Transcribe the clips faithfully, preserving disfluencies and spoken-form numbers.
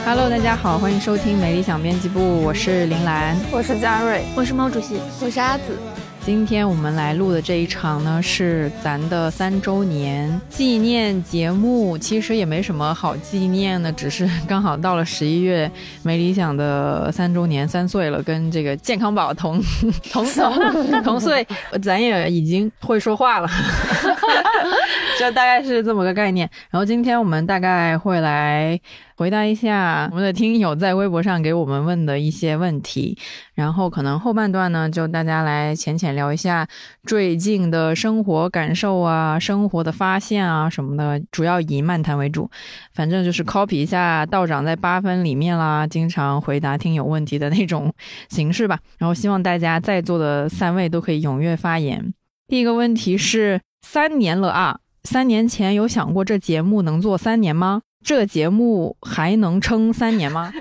Hello， 大家好，欢迎收听没理想编辑部，我是林兰， 我是佳瑞， 我是毛主席， 我是阿紫。 今天我们来录的这一场呢，是咱的三周年纪念节目。其实也没什么好纪念的，只是刚好到了十一月，没理想的三周年，三岁了，跟这个健康宝同同同同岁，咱也已经会说话了，这大概是这么个概念。然后今天我们大概会来回答一下我们的听友在微博上给我们问的一些问题，然后可能后半段呢，就大家来浅浅聊一下最近的生活感受啊，生活的发现啊什么的，主要以漫谈为主，反正就是 copy 一下道长在八分里面啦经常回答听友问题的那种形式吧。然后希望大家在座的三位都可以踊跃发言。第一个问题是，三年了啊，三年前有想过这节目能做三年吗？这节目还能撑三年吗？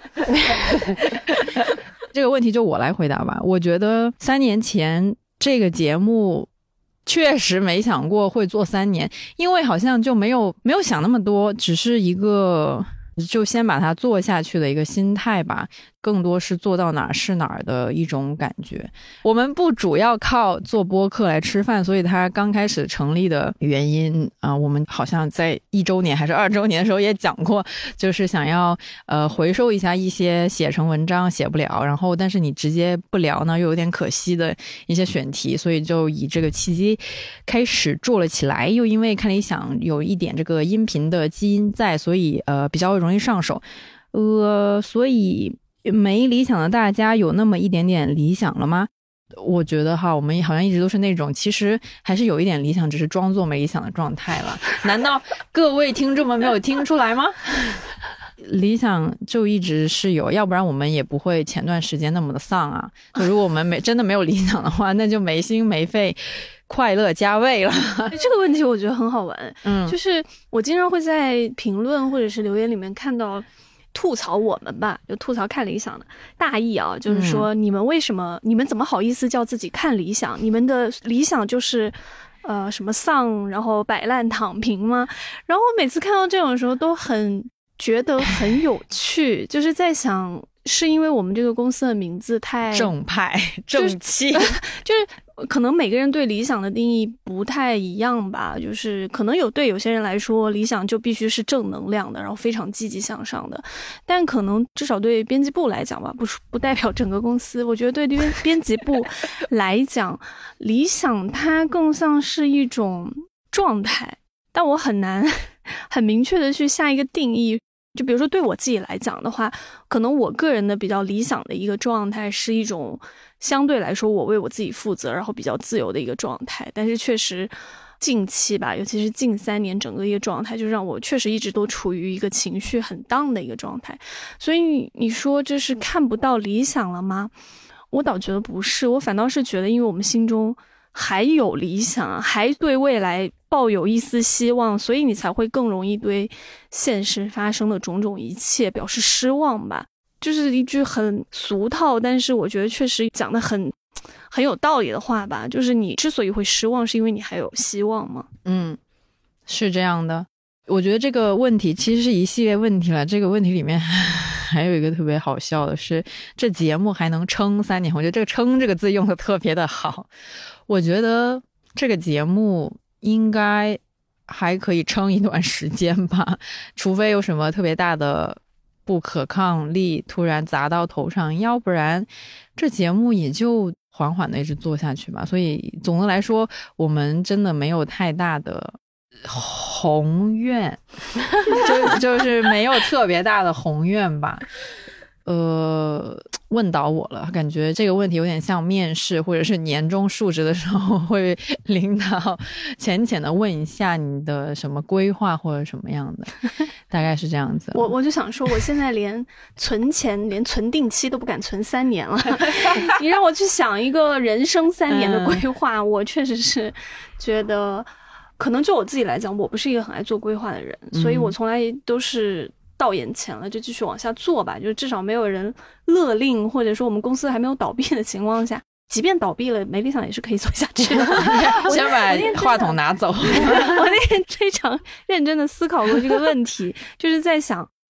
这个问题就我来回答吧。我觉得三年前这个节目确实没想过会做三年，因为好像就没有没有想那么多，只是一个就先把它做下去的一个心态吧，更多是做到哪儿是哪儿的一种感觉。我们不主要靠做播客来吃饭，所以它刚开始成立的原因啊、呃，我们好像在一周年还是二周年的时候也讲过，就是想要呃回收一下一些写成文章写不了，然后但是你直接不聊呢又有点可惜的一些选题，所以就以这个契机开始做了起来。又因为看理想有一点这个音频的基因在，所以呃比较容易上手，呃所以没理想的大家有那么一点点理想了吗？我觉得哈，我们好像一直都是那种其实还是有一点理想，只是装作没理想的状态了。难道各位听众们没有听出来吗？理想就一直是有，要不然我们也不会前段时间那么的丧啊。如果我们没真的没有理想的话，那就没心没肺，快乐加味了。 这个问题我觉得很好玩，嗯，就是我经常会在评论或者是留言里面看到吐槽我们吧，就吐槽看理想的大意啊，就是说你们为什么、嗯、你们怎么好意思叫自己看理想？你们的理想就是呃什么丧，然后摆烂躺平吗？然后我每次看到这种的时候都很觉得很有趣，就是在想是因为我们这个公司的名字太正派正气， 就是、就是可能每个人对理想的定义不太一样吧，就是可能有对有些人来说理想就必须是正能量的，然后非常积极向上的，但可能至少对编辑部来讲吧，不不代表整个公司，我觉得对编编辑部来讲理想它更像是一种状态，但我很难很明确的去下一个定义。就比如说对我自己来讲的话，可能我个人的比较理想的一个状态是一种相对来说我为我自己负责然后比较自由的一个状态，但是确实近期吧，尤其是近三年整个一个状态就让我确实一直都处于一个情绪很down的一个状态。所以你说这是看不到理想了吗？我倒觉得不是，我反倒是觉得因为我们心中还有理想，还对未来抱有一丝希望，所以你才会更容易对现实发生的种种一切表示失望吧。就是一句很俗套，但是我觉得确实讲得很很有道理的话吧，就是你之所以会失望是因为你还有希望吗？ 嗯，是这样的。我觉得这个问题其实是一系列问题了，这个问题里面还有一个特别好笑的是，这节目还能撑三年，我觉得这个撑这个字用的特别的好。我觉得这个节目应该还可以撑一段时间吧，除非有什么特别大的不可抗力突然砸到头上，要不然这节目也就缓缓的一直做下去吧。所以总的来说我们真的没有太大的宏愿就就是没有特别大的宏愿吧。呃，问倒我了，感觉这个问题有点像面试或者是年终述职的时候会领导浅浅的问一下你的什么规划或者什么样的，大概是这样子。 我我就想说，我现在连存钱连存定期都不敢存三年了你让我去想一个人生三年的规划、嗯、我确实是觉得可能就我自己来讲，我不是一个很爱做规划的人、嗯、所以我从来都是到眼前了就继续往下做吧，就至少没有人勒令，或者说我们公司还没有倒闭的情况下，即便倒闭了没理想也是可以做下去的先把话筒拿走我那天非常认真的思考过这个问题就是在想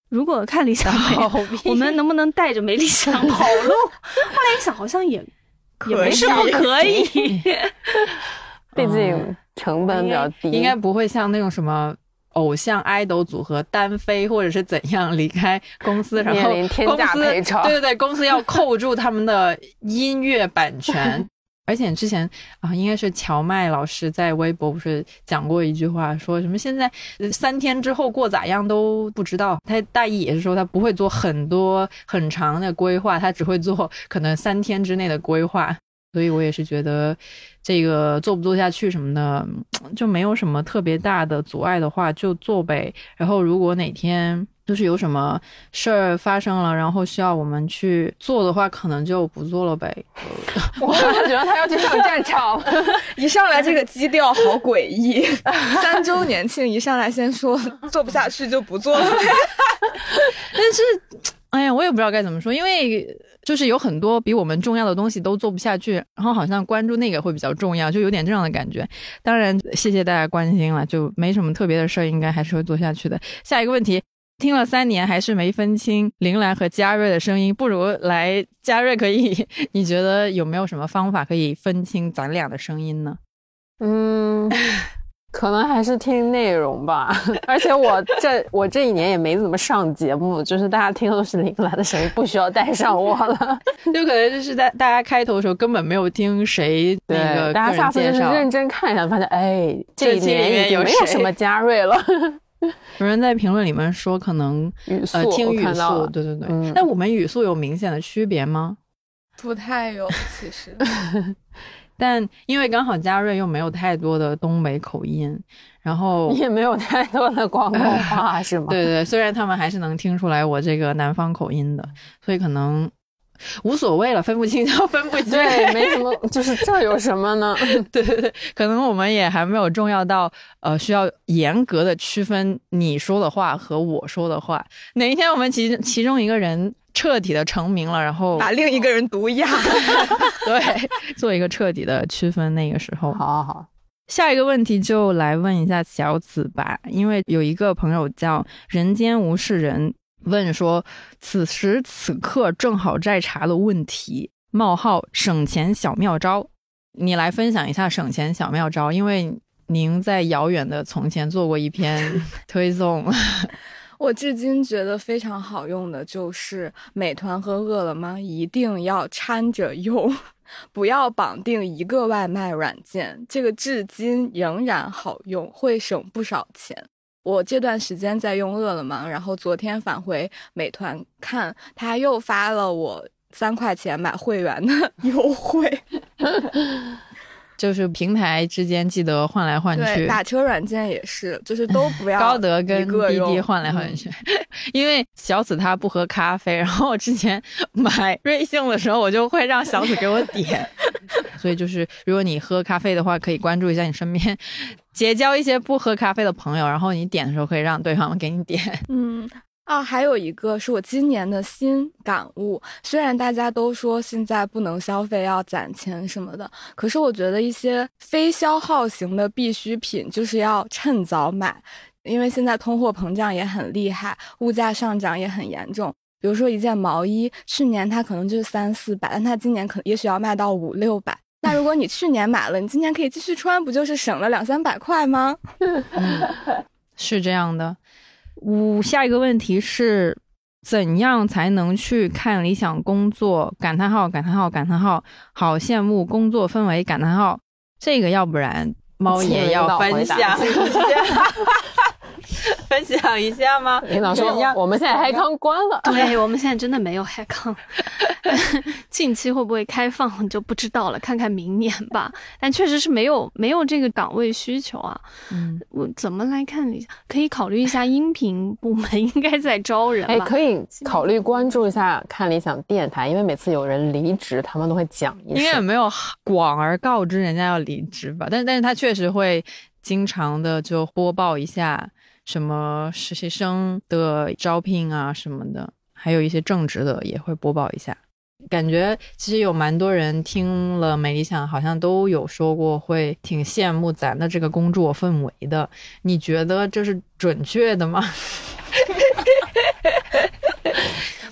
如果看理想没有，我们能不能带着没理想跑路？后来一想，好像也也没什么可以， 毕竟成本比较低， 应该不会像那种什么偶像 idol 组合单飞或者是怎样离开公司，然后面临天价赔偿。 对对对，公司要扣住他们的音乐版权。而且之前啊，应该是乔麦老师在微博不是讲过一句话，说什么现在三天之后过咋样都不知道。他大意也是说他不会做很多很长的规划，他只会做可能三天之内的规划。所以我也是觉得这个做不做下去什么的就没有什么特别大的阻碍的话就做呗。然后如果哪天就是有什么事儿发生了，然后需要我们去做的话，可能就不做了呗。 我觉得他要去上战场。 一上来这个基调好诡异，三周年庆一上来先说做不下去就不做了。 但是哎呀，我也不知道该怎么说，因为就是有很多比我们重要的东西都做不下去，然后好像关注那个会比较重要，就有点这样的感觉。当然谢谢大家关心了，就没什么特别的事儿，应该还是会做下去的。下一个问题，听了三年还是没分清铃兰和嘉瑞的声音，不如来嘉瑞可以，你觉得有没有什么方法可以分清咱俩的声音呢？ 嗯，可能还是听内容吧。而且我这我这一年也没怎么上节目，就是大家听的都是铃兰的声音，不需要带上我了。 就可能就是在大家开头的时候根本没有听谁那个大家下次就是认真看一下，发现哎，这一年已经没有什么嘉瑞了。 有人在评论里面说可能语速、 呃、听语速，对对对。嗯，那我们语速有明显的区别吗？ 不太有，其实。 但因为刚好嘉瑞又没有太多的东北口音，然后也没有太多的广东话是吗？ 对对，虽然他们还是能听出来我这个南方口音的，所以可能无所谓了，分不清就分不清。 对，没什么，就是这有什么呢？ 对对对，可能我们也还没有重要到呃需要严格的区分你说的话和我说的话。哪一天我们其其中一个人彻底的成名了，然后把另一个人毒哑。 对，做一个彻底的区分。那个时候好好好。 下一个问题就来问一下小紫吧，因为有一个朋友叫人间无事人问说，此时此刻正好在查的问题冒号省钱小妙招，你来分享一下省钱小妙招，因为您在遥远的从前做过一篇推送。 我至今觉得非常好用的就是美团和饿了么一定要掺着用，不要绑定一个外卖软件，这个至今仍然好用，会省不少钱。我这段时间在用饿了么，然后昨天返回美团看，他又发了我三块钱买会员的优惠。 就是平台之间记得换来换去， 对，打车软件也是，就是都不要高德跟滴滴换来换去。嗯、因为小紫她不喝咖啡，然后我之前买瑞幸的时候，我就会让小紫给我点。所以就是如果你喝咖啡的话，可以关注一下你身边结交一些不喝咖啡的朋友，然后你点的时候可以让对方给你点。 嗯。啊，还有一个是我今年的新感悟，虽然大家都说现在不能消费要攒钱什么的，可是我觉得一些非消耗型的必需品就是要趁早买，因为现在通货膨胀也很厉害，物价上涨也很严重。比如说一件毛衣，去年它可能就是三四百，但它今年可能也许要卖到五六百。那如果你去年买了，你今年可以继续穿，不就是省了两三百块吗？ 嗯，是这样的。五下一个问题是怎样才能去看理想工作？感叹号感叹号感叹号，好羡慕工作氛围！感叹号，这个要不然猫也要分享一下，分享一下吗？ 领导说我们现在嗨康关了， 对，我们现在真的没有嗨康，近期会不会开放就不知道了，看看明年吧。但确实是没有没有这个岗位需求啊。嗯，我怎么来看理想？可以考虑一下音频部门应该在招人吧？ 哎，可以考虑关注一下看理想电台，因为每次有人离职，他们都会讲一声。 应该也没有广而告之人家要离职吧？但但是他确实会经常的就播报一下什么实习生的招聘啊什么的，还有一些正职的也会播报一下。感觉其实有蛮多人听了没理想好像都有说过会挺羡慕咱的这个工作氛围的，你觉得这是准确的吗？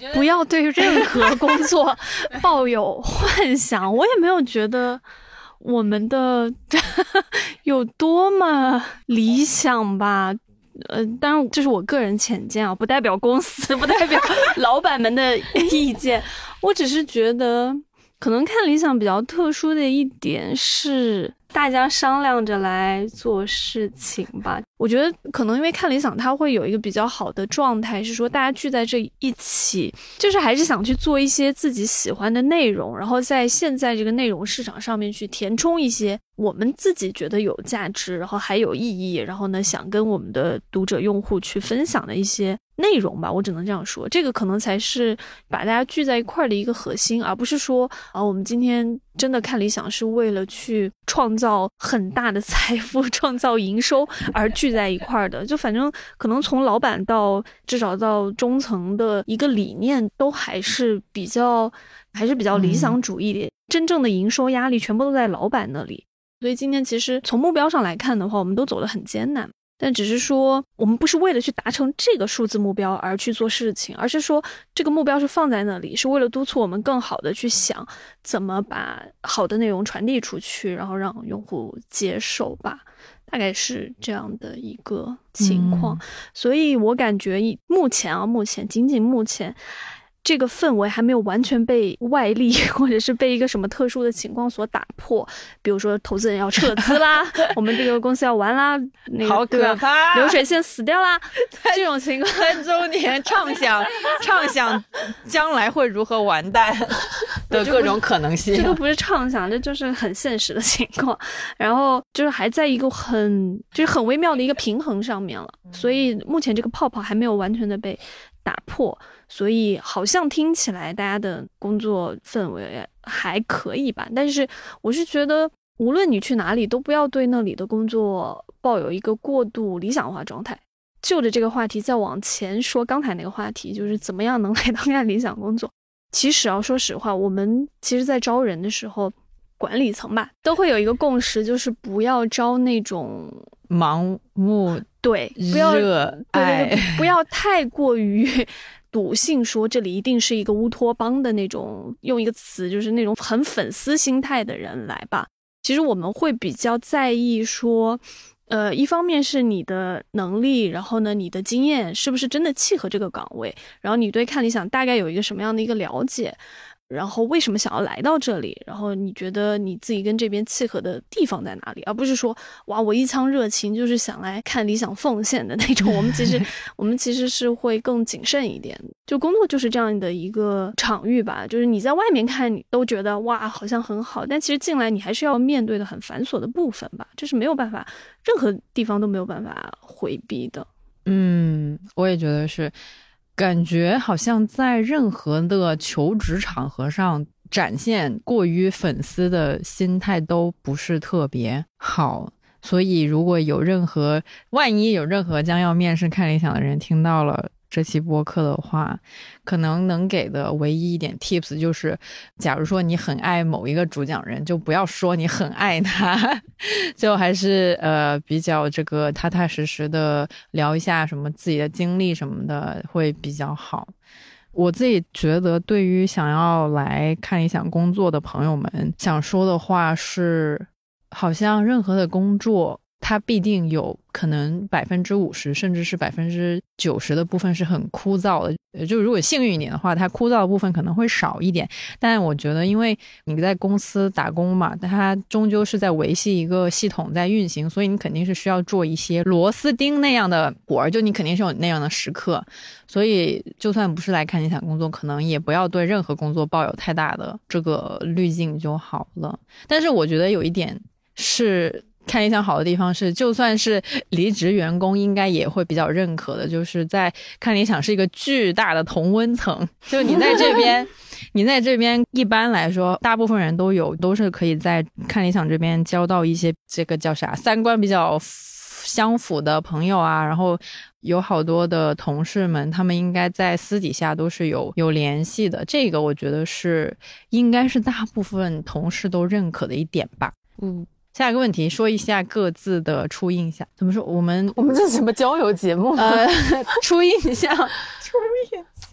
不要对任何工作抱有幻想。我也没有觉得我们的有多么理想吧。呃，当然这是我个人浅见啊，不代表公司，不代表老板们的意见。我只是觉得，可能看理想比较特殊的一点是，大家商量着来做事情吧。我觉得可能因为看理想它会有一个比较好的状态，是说大家聚在这一起，就是还是想去做一些自己喜欢的内容，然后在现在这个内容市场上面去填充一些我们自己觉得有价值，然后还有意义，然后呢想跟我们的读者用户去分享的一些内容吧。我只能这样说，这个可能才是把大家聚在一块儿的一个核心，而不是说啊，我们今天真的看理想是为了去创造很大的财富、创造营收而聚在一块儿的。就反正可能从老板到至少到中层的一个理念都还是比较还是比较理想主义的、嗯、真正的营收压力全部都在老板那里。所以今天其实从目标上来看的话，我们都走得很艰难，但只是说我们不是为了去达成这个数字目标而去做事情，而是说这个目标是放在那里，是为了督促我们更好的去想怎么把好的内容传递出去，然后让用户接受吧，大概是这样的一个情况、嗯、所以我感觉目前啊目前仅仅目前这个氛围还没有完全被外力或者是被一个什么特殊的情况所打破，比如说投资人要撤资啦我们这个公司要完啦，那个好可怕， 流水线死掉啦这种情况， 三周年畅想畅想将来会如何完蛋的各种可能性， 这都不是畅想，这就是很现实的情况。然后就是还在一个很就是很微妙的一个平衡上面了，所以目前这个泡泡还没有完全的被打破，所以好像听起来大家的工作氛围还可以吧。但是我是觉得无论你去哪里都不要对那里的工作抱有一个过度理想化状态。就着这个话题再往前说，刚才那个话题就是怎么样能来当干理想工作。其实啊，说实话，我们其实在招人的时候，管理层吧都会有一个共识，就是不要招那种盲目对不要热爱， 对对对，不要太过于笃信说这里一定是一个乌托邦的那种，用一个词就是那种很粉丝心态的人来吧。其实我们会比较在意说呃，一方面是你的能力，然后呢你的经验是不是真的契合这个岗位，然后你对看理想大概有一个什么样的一个了解，然后为什么想要来到这里，然后你觉得你自己跟这边契合的地方在哪里，而不是说哇我一腔热情就是想来看理想奉献的那种。我们其实我们其实是会更谨慎一点，就工作就是这样的一个场域吧，就是你在外面看你都觉得哇好像很好，但其实进来你还是要面对的很繁琐的部分吧，这是没有办法，任何地方都没有办法回避的。 嗯，我也觉得是，感觉好像在任何的求职场合上展现过于粉丝的心态都不是特别好，所以如果有任何万一有任何将要面试看理想的人听到了这期播客的话，可能能给的唯一一点 tips 就是，假如说你很爱某一个主讲人，就不要说你很爱他，就还是呃比较这个踏踏实实的聊一下什么自己的经历什么的会比较好。我自己觉得对于想要来看理想工作的朋友们想说的话是，好像任何的工作它必定有可能百分之五十甚至是百分之九十的部分是很枯燥的，就如果幸运一点的话，它枯燥的部分可能会少一点。但我觉得因为你在公司打工嘛，它终究是在维系一个系统在运行，所以你肯定是需要做一些螺丝钉那样的活儿，就你肯定是有那样的时刻。所以就算不是来看理想工作，可能也不要对任何工作抱有太大的这个滤镜就好了。但是我觉得有一点是看理想好的地方是，就算是离职员工应该也会比较认可的，就是在看理想是一个巨大的同温层，就你在这边你在这边一般来说大部分人都有都是可以在看理想这边交到一些这个叫啥三观比较相符的朋友啊，然后有好多的同事们他们应该在私底下都是有有联系的，这个我觉得是应该是大部分同事都认可的一点吧。 嗯， 下一个问题，说一下各自的初印象。怎么说？我们我们这是什么交友节目？ 呃，初印象，初印象。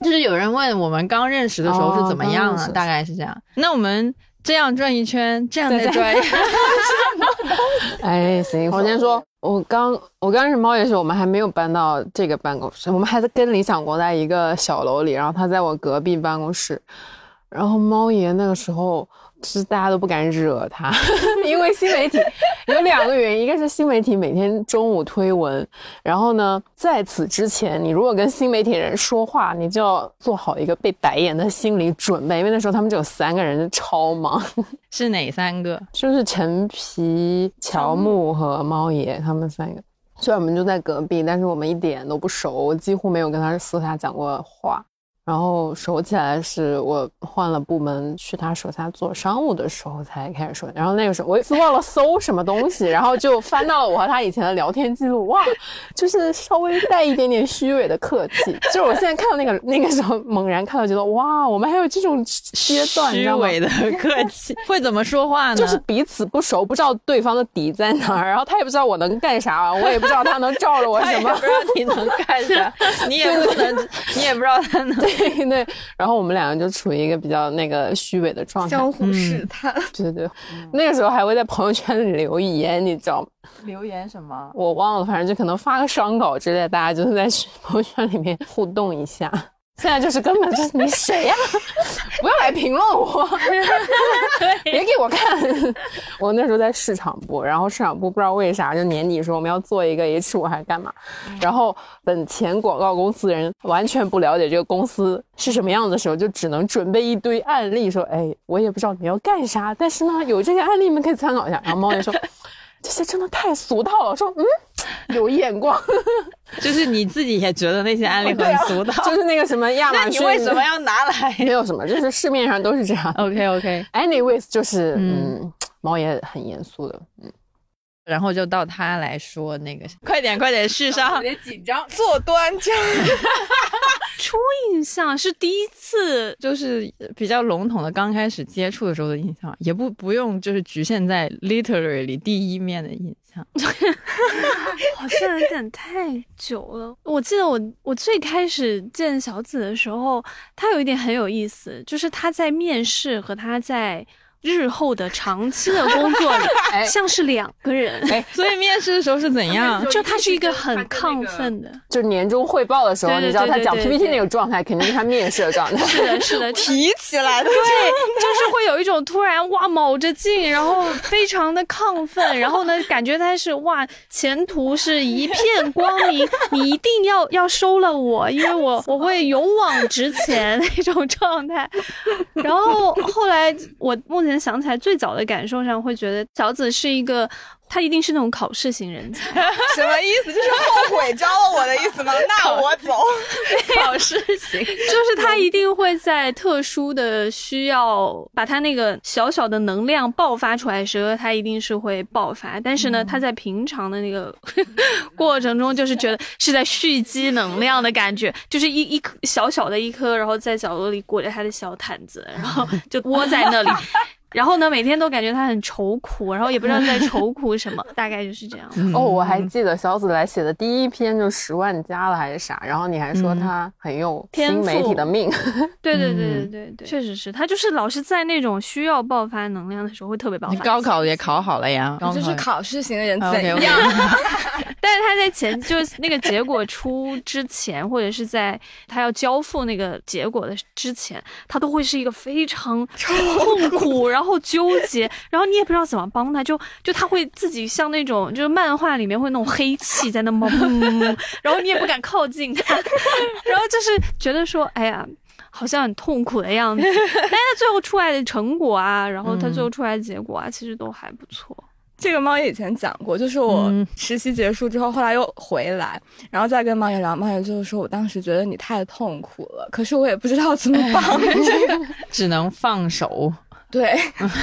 就是有人问我们刚认识的时候是怎么样啊、哦、大概是这样。那我们这样转一圈，这样再转一圈。 哎，行，我先说，我刚我刚认识猫爷时，我们还没有搬到这个办公室，我们还在跟理想国在一个小楼里，然后他在我隔壁办公室，然后猫爷那个时候是大家都不敢惹他，因为新媒体有两个原因，一个是新媒体每天中午推文，然后呢，在此之前，你如果跟新媒体人说话，你就要做好一个被白眼的心理准备，因为那时候他们只有三个人，就超忙。 是哪三个？ 就是陈皮、乔木和猫爷他们三个。虽然我们就在隔壁，但是我们一点都不熟，我几乎没有跟他私下讲过话。然后熟起来是我换了部门去他手下做商务的时候才开始熟，然后那个时候我忘了搜什么东西，然后就翻到了我和他以前的聊天记录，哇，就是稍微带一点点虚伪的客气，就是我现在看到那个那个时候猛然看到觉得哇，我们还有这种阶段， 虚伪的客气会怎么说话呢？ 就是彼此不熟，不知道对方的底在哪儿，然后他也不知道我能干啥，我也不知道他能罩着我什么， 他也不知道你能干啥，你也不能，你也不知道他能。 对对，然后我们两个就处于一个比较那个虚伪的状态， 相互试探。 嗯、对对对、嗯，那个时候还会在朋友圈里留言，你知道吗？ 留言什么？ 我忘了，反正就可能发个商稿之类的，大家就是在朋友圈里面互动一下。现在就是根本就是你谁呀、啊？不要来评论我，别给我看。我那时候在市场部，然后市场部不知道为啥就年底说我们要做一个 H 五还是干嘛，然后本前广告公司的人完全不了解这个公司是什么样子的时候，就只能准备一堆案例说，哎，我也不知道你要干啥，但是呢有这个案例你们可以参考一下。然后猫爷说这些真的太俗套了，我说嗯，有眼光。 就是你自己也觉得那些案例很俗套、 啊、就是那个什么亚马逊， 那你为什么要拿来？ 没有什么，就是市面上都是这样。 OK OK anyways 就是嗯, 嗯猫也很严肃的，嗯， 然后就到他来说那个，快点快点续上， 有点紧张，坐端正。 初印象是第一次， 就是比较笼统的刚开始接触的时候的印象，也不不用就是局限在 literally 第一面的印象。 好像有点太久了。我记得我我最开始见小紫的时候，他有一点很有意思，就是他在面试和他在日后的长期的工作里像是两个人。 哎，所以面试的时候是怎样？ 就他是一个很亢奋的， 就是年终汇报的时候， 对对对对对对， 你知道他讲 P P T 那个状态肯定是他面试的状态。 是的是的， 提起来的。 对，就是会有一种突然哇卯着劲，然后非常的亢奋，然后呢感觉他是哇前途是一片光明，你一定要要收了我，因为我我会勇往直前那种状态。然后后来我目前想起来，最早的感受上会觉得小紫是一个，他一定是那种考试型人才。 什么意思？就是后悔招了我的意思吗？那我走。 考试型就是他一定会在特殊的需要把他那个小小的能量爆发出来的时候，他一定是会爆发。但是呢，嗯、他在平常的那个过程中，就是觉得是在蓄积能量的感觉，就是一一颗小小的一颗，然后在角落里裹着他的小毯子，然后就窝在那里。然后呢，每天都感觉他很愁苦，然后也不知道在愁苦什么，大概就是这样。 哦，我还记得小紫来写的第一篇就十万加了还是啥，然后你还说他很有新媒体的命。 对对对对对对，确实是他就是老是在那种需要爆发能量的时候会特别爆发。 你高考也考好了呀， 就是考试型的人怎样？ okay, okay. 但是他在前就是那个结果出之前，或者是在他要交付那个结果的之前，他都会是一个非常痛苦，然后。然后纠结，然后你也不知道怎么帮他，就就他会自己像那种就是漫画里面会那种黑气在那冒，然后你也不敢靠近他，然后就是觉得说，哎呀，好像很痛苦的样子。但是他最后出来的成果啊，然后他最后出来的结果啊，嗯、其实都还不错。 这个猫爷以前讲过，就是我实习结束之后，后来又回来，然后再跟猫爷聊，猫爷就是说我当时觉得你太痛苦了，可是我也不知道怎么帮这个， 只能放手。 对，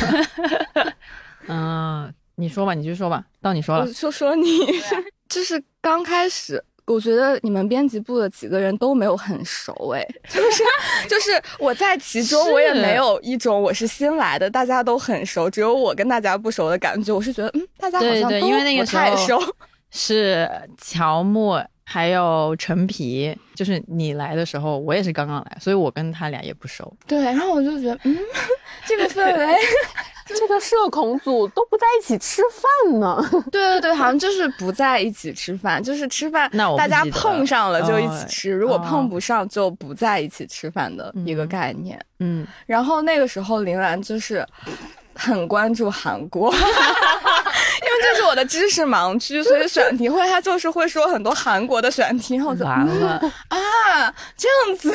嗯、呃，你说吧，你就说吧，到你说了。 我说说你，就是刚开始，我觉得你们编辑部的几个人都没有很熟，哎，就是就是我在其中，我也没有一种我是新来的，大家都很熟，只有我跟大家不熟的感觉。我是觉得，嗯，大家好像都不太熟。 是乔木还有陈皮，就是你来的时候我也是刚刚来，所以我跟他俩也不熟。 对，然后我就觉得嗯这个氛围这个社恐组都不在一起吃饭呢。 对对对，好像就是不在一起吃饭，就是吃饭那我不大家记得了碰上了就一起吃， 哦如果碰不上就不在一起吃饭的一个概念。 嗯， 然后那个时候林兰就是很关注韩国因为这是我的知识盲区，所以选题会他就是会说很多韩国的选题，然后我就完了、 嗯、啊这样子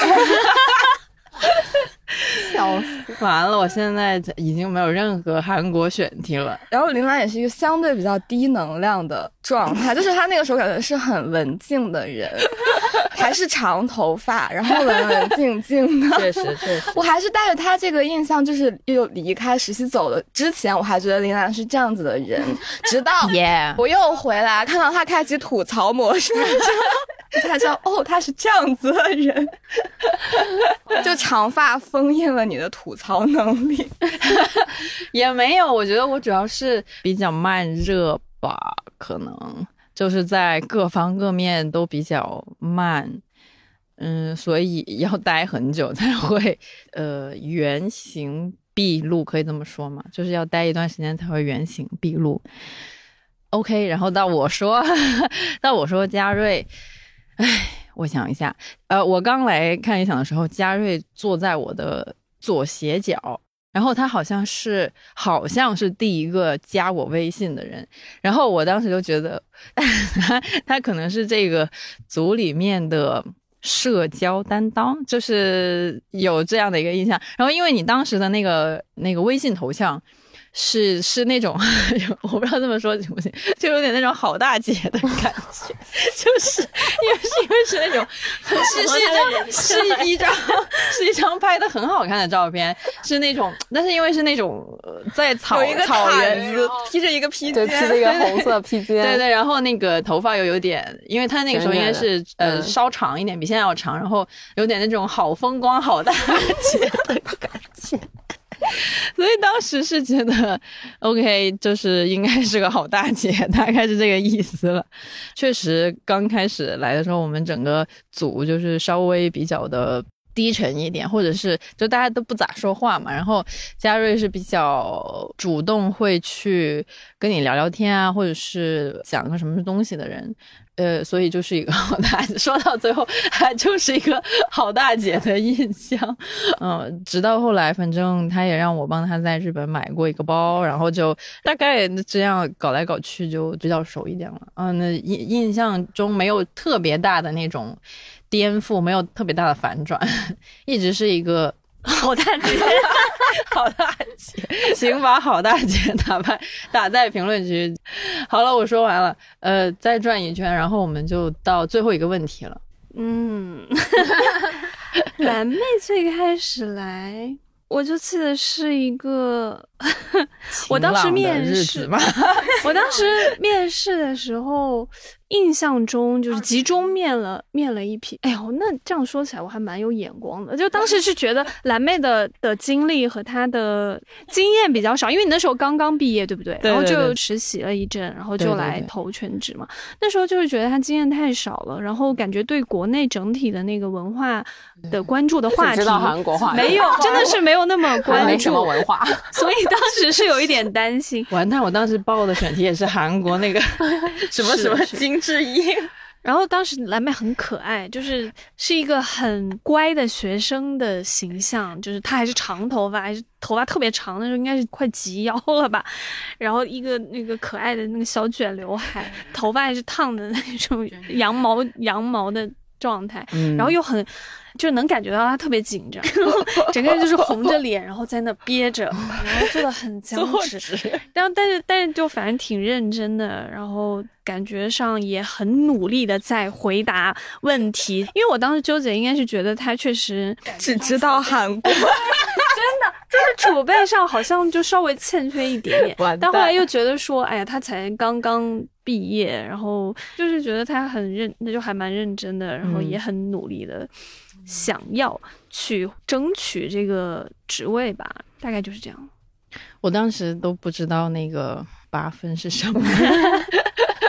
笑死！ 完了，我现在已经没有任何韩国选题了。 然后林兰也是一个相对比较低能量的状态，就是他那个时候感觉是很文静的人，还是长头发，然后文文静静的。 确实确实， 我还是带着他这个印象，就是又离开实习走了之前，我还觉得林兰是这样子的人，直到 yeah. 我又回来看到他开启吐槽模式才知道哦，他是这样子的人，就长发封印了你的吐槽能力。 也没有，我觉得我主要是比较慢热吧，可能就是在各方各面都比较慢，嗯，所以要待很久才会呃原形毕露，可以这么说吗？就是要待一段时间才会原形毕露。OK， 然后到我说，到我说嘉瑞。唉，我想一下，呃，我刚来看理想的时候，嘉瑞坐在我的左斜角，然后他好像是好像是第一个加我微信的人，然后我当时就觉得他他可能是这个组里面的社交担当，就是有这样的一个印象。然后因为你当时的那个那个微信头像是是那种我不知道这么说行不行，就有点那种好大姐的感觉，就是因为是因为是那种是是一张是一张是一张拍的很好看的照片，是那种但是因为是那种在草有一个草原子披着一个披对， 肩， 披着一个红色披肩， 对对，然后那个头发又有点，因为他那个时候应该是呃稍长一点，比现在要长，然后有点那种好风光好大姐的感觉。所以当时是觉得 OK， 就是应该是个好大姐，大概是这个意思了。确实刚开始来的时候我们整个组就是稍微比较的低沉一点，或者是就大家都不咋说话嘛，然后嘉瑞是比较主动会去跟你聊聊天啊，或者是讲个什么东西的人，呃，所以就是一个好大姐，说到最后还就是一个好大姐的印象。嗯、呃，直到后来反正他也让我帮他在日本买过一个包，然后就大概这样搞来搞去就比较熟一点了。嗯、呃，那印印象中没有特别大的那种颠覆，没有特别大的反转，一直是一个好大姐好大姐，请把好大姐打败打在评论区。好了，我说完了，呃，再转一圈，然后我们就到最后一个问题了。 嗯，蓝妹最开始来，我就记得是一个，我当时面试嘛， 我当时面试的时候，印象中就是集中面了面了一批。哎呦，那这样说起来我还蛮有眼光的，就当时是觉得蓝妹的的经历和她的经验比较少，因为你那时候刚刚毕业，对不对？ 对对对， 然后就实习了一阵，然后就来投全职嘛。对对对，那时候就是觉得她经验太少了，然后感觉对国内整体的那个文化的关注的话题， 知道韩国话没有，真的是没有那么关注， 没什么文化， 所以当时是有一点担心。 完蛋，我当时报的选题也是韩国那个什么什么金智英。 然后当时蓝妹很可爱，就是是一个很乖的学生的形象，就是她还是长头发，还是头发特别长，那时候应该是快及腰了吧，然后一个那个可爱的那个小卷刘海，头发还是烫的那种羊毛羊毛的状态，然后又很就能感觉到他特别紧张，整个人就是红着脸，然后在那憋着，然后做的很僵直，但但是但是就反正挺认真的，然后感觉上也很努力的在回答问题。因为我当时纠结，应该是觉得他确实只知道韩国，真的就是储备上好像就稍微欠缺一点点，但后来又觉得说，哎呀，他才刚刚毕业，然后就是觉得他很认，那就还蛮认真的，然后也很努力的。想要去争取这个职位吧，大概就是这样。 我当时都不知道那个八分是什么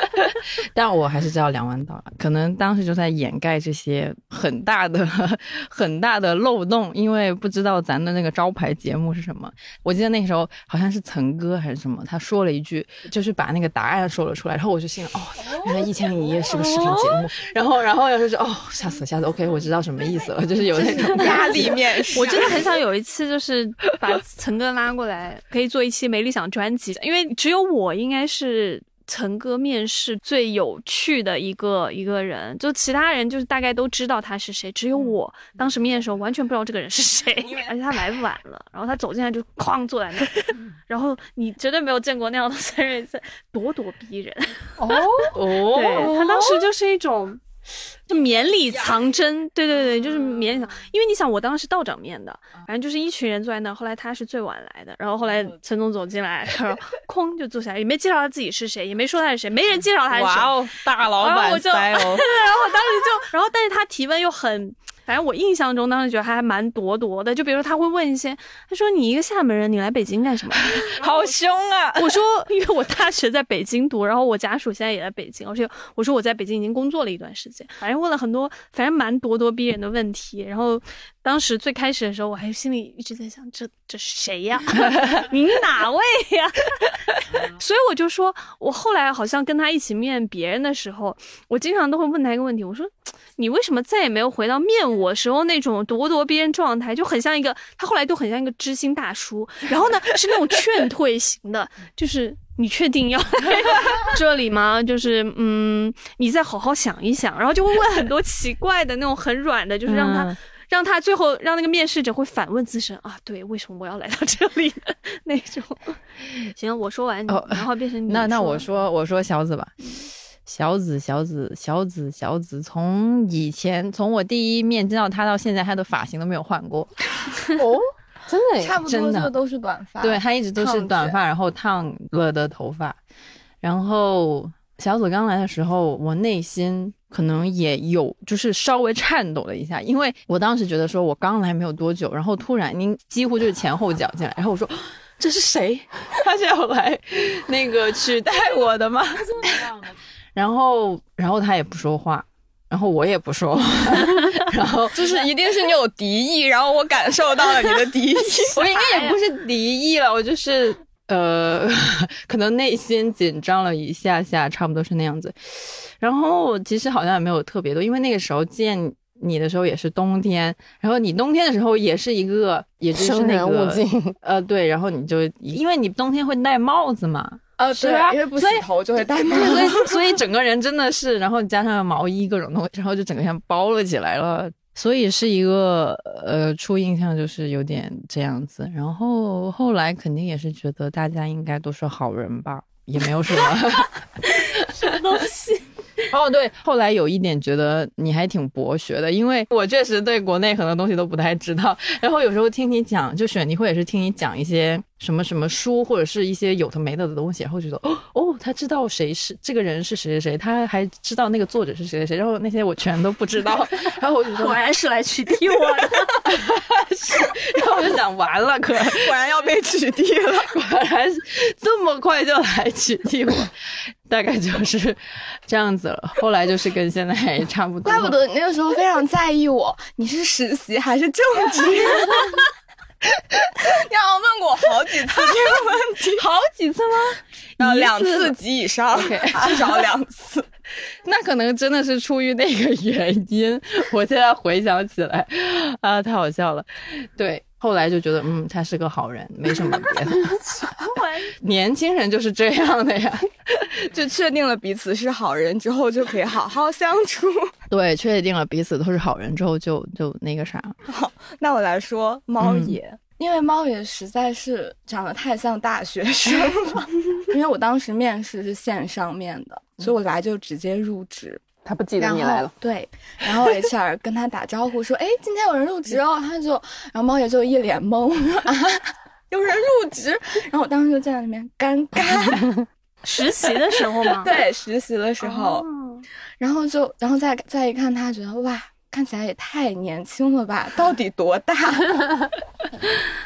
但我还是知道梁万道了，可能当时就在掩盖这些很大的很大的漏洞，因为不知道咱的那个招牌节目是什么。我记得那时候好像是岑哥还是什么，他说了一句，就是把那个答案说了出来，然后我就心里哦，原来一千零一夜是个视频节目，然后然后就是哦，吓死了吓死了 ，OK， 我知道什么意思了，就是有那种压力面试。 我真的很想有一次就是把岑哥拉过来，可以做一期没理想专辑，因为只有我应该是岑哥面试最有趣的一个一个人，就其他人就是大概都知道他是谁，只有我当时面的时候完全不知道这个人是谁，而且他来晚了，然后他走进来就哐坐在那，然后你绝对没有见过那样的孙瑞森，咄咄逼人。 哦哦， 对，他当时就是一种就绵里藏针，对对对，就是绵里藏，因为你想我当时是道长面的，反正就是一群人坐在那，后来他是最晚来的，然后后来陈总走进来，然后哐就坐下来，也没介绍他自己是谁，也没说他是谁，没人介绍他是谁。 哇哦，大老板 style。 然后我当时就，然后但是他提问又很。反正我印象中当时觉得他还蛮咄咄的，就比如说他会问一些，他说你一个厦门人，你来北京干什么？ 好凶啊！ 我说因为我大学在北京读，然后我家属现在也在北京，而且我说我在北京已经工作了一段时间，反正问了很多，反正蛮咄咄逼人的问题。然后当时最开始的时候，我还心里一直在想，这这是谁呀？您哪位呀？所以我就说，我后来好像跟他一起面别人的时候，我经常都会问他一个问题，我说你为什么再也没有回到面我时候那种咄咄逼人状态，就很像一个，他后来都很像一个知心大叔，然后呢是那种劝退型的，就是你确定要来这里吗？就是嗯，你再好好想一想，然后就会问很多奇怪的那种很软的，就是让他、嗯、让他最后让那个面试者会反问自身啊，对，为什么我要来到这里的那种。行，我说完，哦、然后变成你那那我说我说小紫吧。小紫小紫小紫小紫从以前从我第一面见到他到现在，他的发型都没有换过。 哦，真的差不多就都是短发。 对，他一直都是短发，然后烫了的头发。然后小紫刚来的时候，我内心可能也有就是稍微颤抖了一下，因为我当时觉得说我刚来没有多久，然后突然您几乎就是前后脚进来，然后我说这是谁？他是要来那个取代我的吗？然后然后他也不说话，然后我也不说话，然后就是一定是你有敌意，然后我感受到了你的敌意。 我应该也不是敌意了，我就是呃可能内心紧张了一下下，差不多是那样子。然后其实好像也没有特别多，因为那个时候见你的时候也是冬天，然后你冬天的时候也是一个也就是那个呃对，然后你就因为你冬天会戴帽子嘛。 呃，对啊，因为不洗头就会戴帽子， 所以所以整个人真的是，然后加上毛衣各种东西，然后就整个像包了起来了，所以是一个呃初印象就是有点这样子。然后后来肯定也是觉得大家应该都是好人吧，也没有什么什么东西。 哦，对，后来有一点觉得你还挺博学的，因为我确实对国内很多东西都不太知道，然后有时候听你讲，就选题会也是听你讲一些什么什么书或者是一些有的没的的东西，然后觉得哦哦，他知道谁是这个人是谁谁谁，他还知道那个作者是谁谁谁，然后那些我全都不知道，然后我就说果然是来取缔我的， 然后我就想完了，可果然要被取缔了， 果然这么快就来取缔我。大概就是这样子了，后来就是跟现在差不多。 怪不得你那个时候非常在意我，你是实习还是正职？你好像问过我好几次这个问题， 好几次吗？ 两次及以上， okay. 至少两次。 那可能真的是出于那个原因，我现在回想起来，啊，太好笑了。对。后来就觉得嗯他是个好人，没什么别的。年轻人就是这样的呀， 就确定了彼此是好人之后就可以好好相处。 对，确定了彼此都是好人之后就就那个啥。 好，那我来说猫爷、嗯、因为猫爷实在是长得太像大学生了因为我当时面试是线上面的，所以我来就直接入职。 他不记得你来了， 对，然后 H R 跟他打招呼说：“哎，今天有人入职哦。”他就，然后猫爷就一脸懵，说：“啊，有人入职。”然后我当时就站在那边尴尬。 实习的时候吗？ 对，实习的时候。 哦、 然后就，然后再再一看他，觉得哇，看起来也太年轻了吧？到底多大？然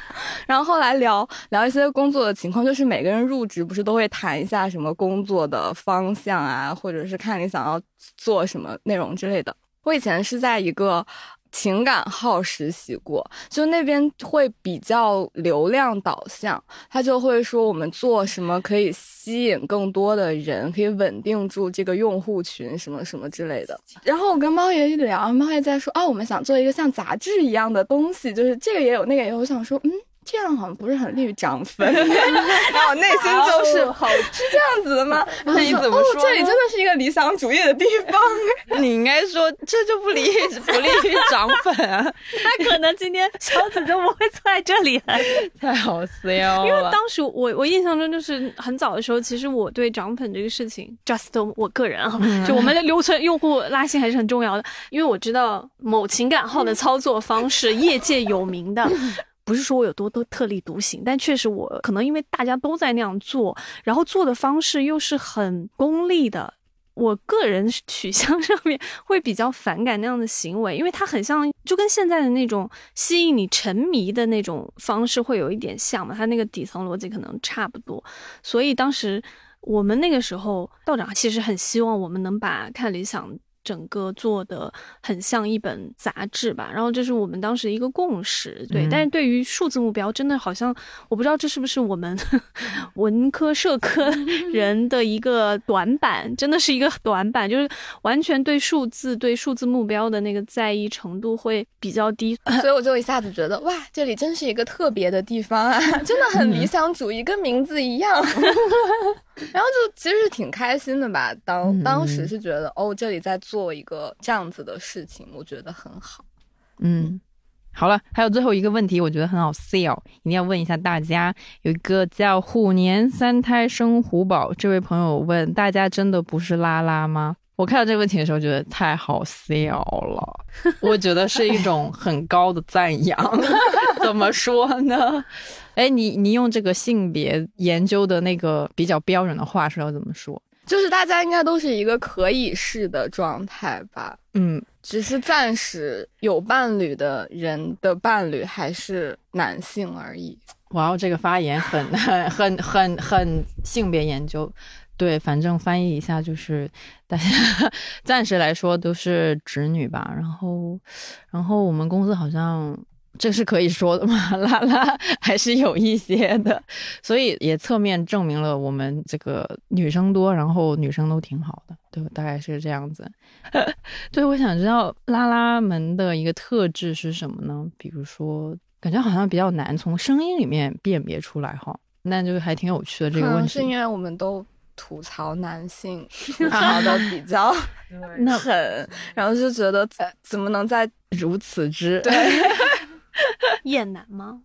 然后后来聊聊一些工作的情况，就是每个人入职不是都会谈一下什么工作的方向啊，或者是看你想要做什么内容之类的。我以前是在一个情感号实习过，就那边会比较流量导向，他就会说我们做什么可以吸引更多的人，可以稳定住这个用户群什么什么之类的。然后我跟猫爷一聊，猫爷在说啊，我们想做一个像杂志一样的东西，就是这个也有那个也有。我想说嗯，这样好像不是很利于涨粉。然后我内心就是、哦、好是这样子的吗？ 那你怎么说、哦、 这里真的是一个理想主义的地方。 你应该说这就不利不利于涨粉啊。 那可能今天小紫就不会坐在这里了。 太好笑了。 因为当时我我印象中就是很早的时候，其实我对涨粉这个事情 just 我个人啊、嗯、就我们的留存用户拉新还是很重要的，因为我知道某情感号的操作方式业界有名的。不是说我有多多特立独行，但确实我可能因为大家都在那样做，然后做的方式又是很功利的，我个人取向上面会比较反感那样的行为，因为它很像就跟现在的那种吸引你沉迷的那种方式会有一点像嘛，它那个底层逻辑可能差不多。所以当时我们那个时候道长其实很希望我们能把看理想整个做的很像一本杂志吧，然后这是我们当时一个共识，对、嗯、但是对于数字目标真的好像我不知道这是不是我们文科社科人的一个短板，真的是一个短板，就是完全对数字对数字目标的那个在意程度会比较低。 所以我就一下子觉得哇，这里真是一个特别的地方啊，真的很理想主义、嗯、跟名字一样。然后就其实是挺开心的吧，当当时是觉得哦，这里在做一个这样子的事情，我觉得很好。 嗯，好了，还有最后一个问题，我觉得很好笑，一定要问一下大家。有一个叫虎年三胎生虎宝这位朋友问，大家真的不是拉拉吗？我看到这个问题的时候觉得太好笑了，我觉得是一种很高的赞扬。怎么说呢？哎，你你用这个性别研究的那个比较标准的话是要怎么说？ 就是大家应该都是一个可以是的状态吧。 嗯， 只是暂时有伴侣的人的伴侣还是男性而已。 哇，这个发言很很很很很性别研究。对，反正翻译一下就是大家暂时来说都是直女吧。然后然后我们公司好像这是可以说的吗？拉拉还是有一些的，所以也侧面证明了我们这个女生多，然后女生都挺好的，对，大概是这样子。对，我想知道拉拉们的一个特质是什么呢？比如说感觉好像比较难从声音里面辨别出来哈，那就还挺有趣的这个问题。 是因为我们都吐槽男性吐槽的比较狠，然后就觉得怎么能在如此之对厌男吗？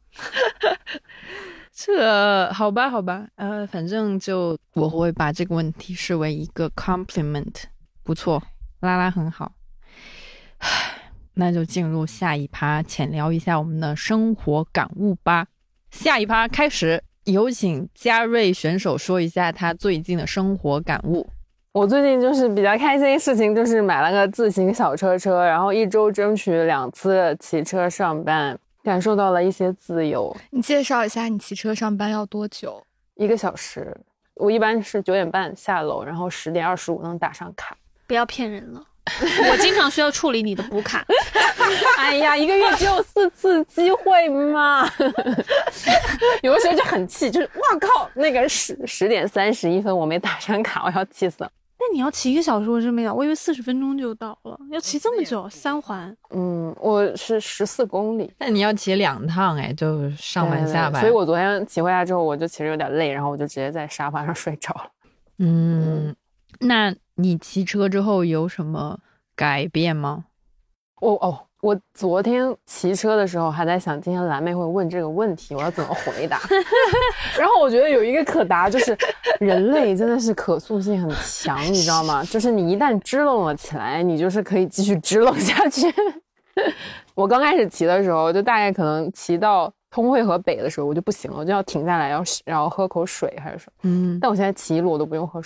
这好吧好吧，呃，反正就我会把这个问题视为一个 compliment， 不错，拉拉很好。那就进入下一趴，浅聊一下我们的生活感悟吧。下一趴开始，有请嘉瑞选手说一下他最近的生活感悟。 我最近就是比较开心的事情，就是买了个自行小车车，然后一周争取两次骑车上班，感受到了一些自由。 你介绍一下你骑车上班要多久？ 一个小时。我一般是九点半下楼，然后十点二十五能打上卡。 不要骗人了。我经常需要处理你的补卡。 哎呀，一个月只有四次机会嘛。有的时候就很气，就是哇靠，那个十十点三十一分我没打上卡，我要气死了。 那你要骑一个小时，我真没想，我以为四十分钟就到了，要骑这么久，三环。 嗯，我是十四公里。 那你要骑两趟哎，就上班下班。 所以我昨天骑回来之后，我就其实有点累，然后我就直接在沙发上睡着了。 嗯，那你骑车之后有什么改变吗？ 哦哦，我昨天骑车的时候还在想，今天蓝妹会问这个问题，我要怎么回答？然后我觉得有一个可答，就是人类真的是可塑性很强，你知道吗？就是你一旦支棱了起来，你就是可以继续支棱下去。我刚开始骑的时候，就大概可能骑到通惠河北的时候，我就不行了，我就要停下来，要然后喝口水还是什么。嗯，但我现在骑一路我都不用喝水。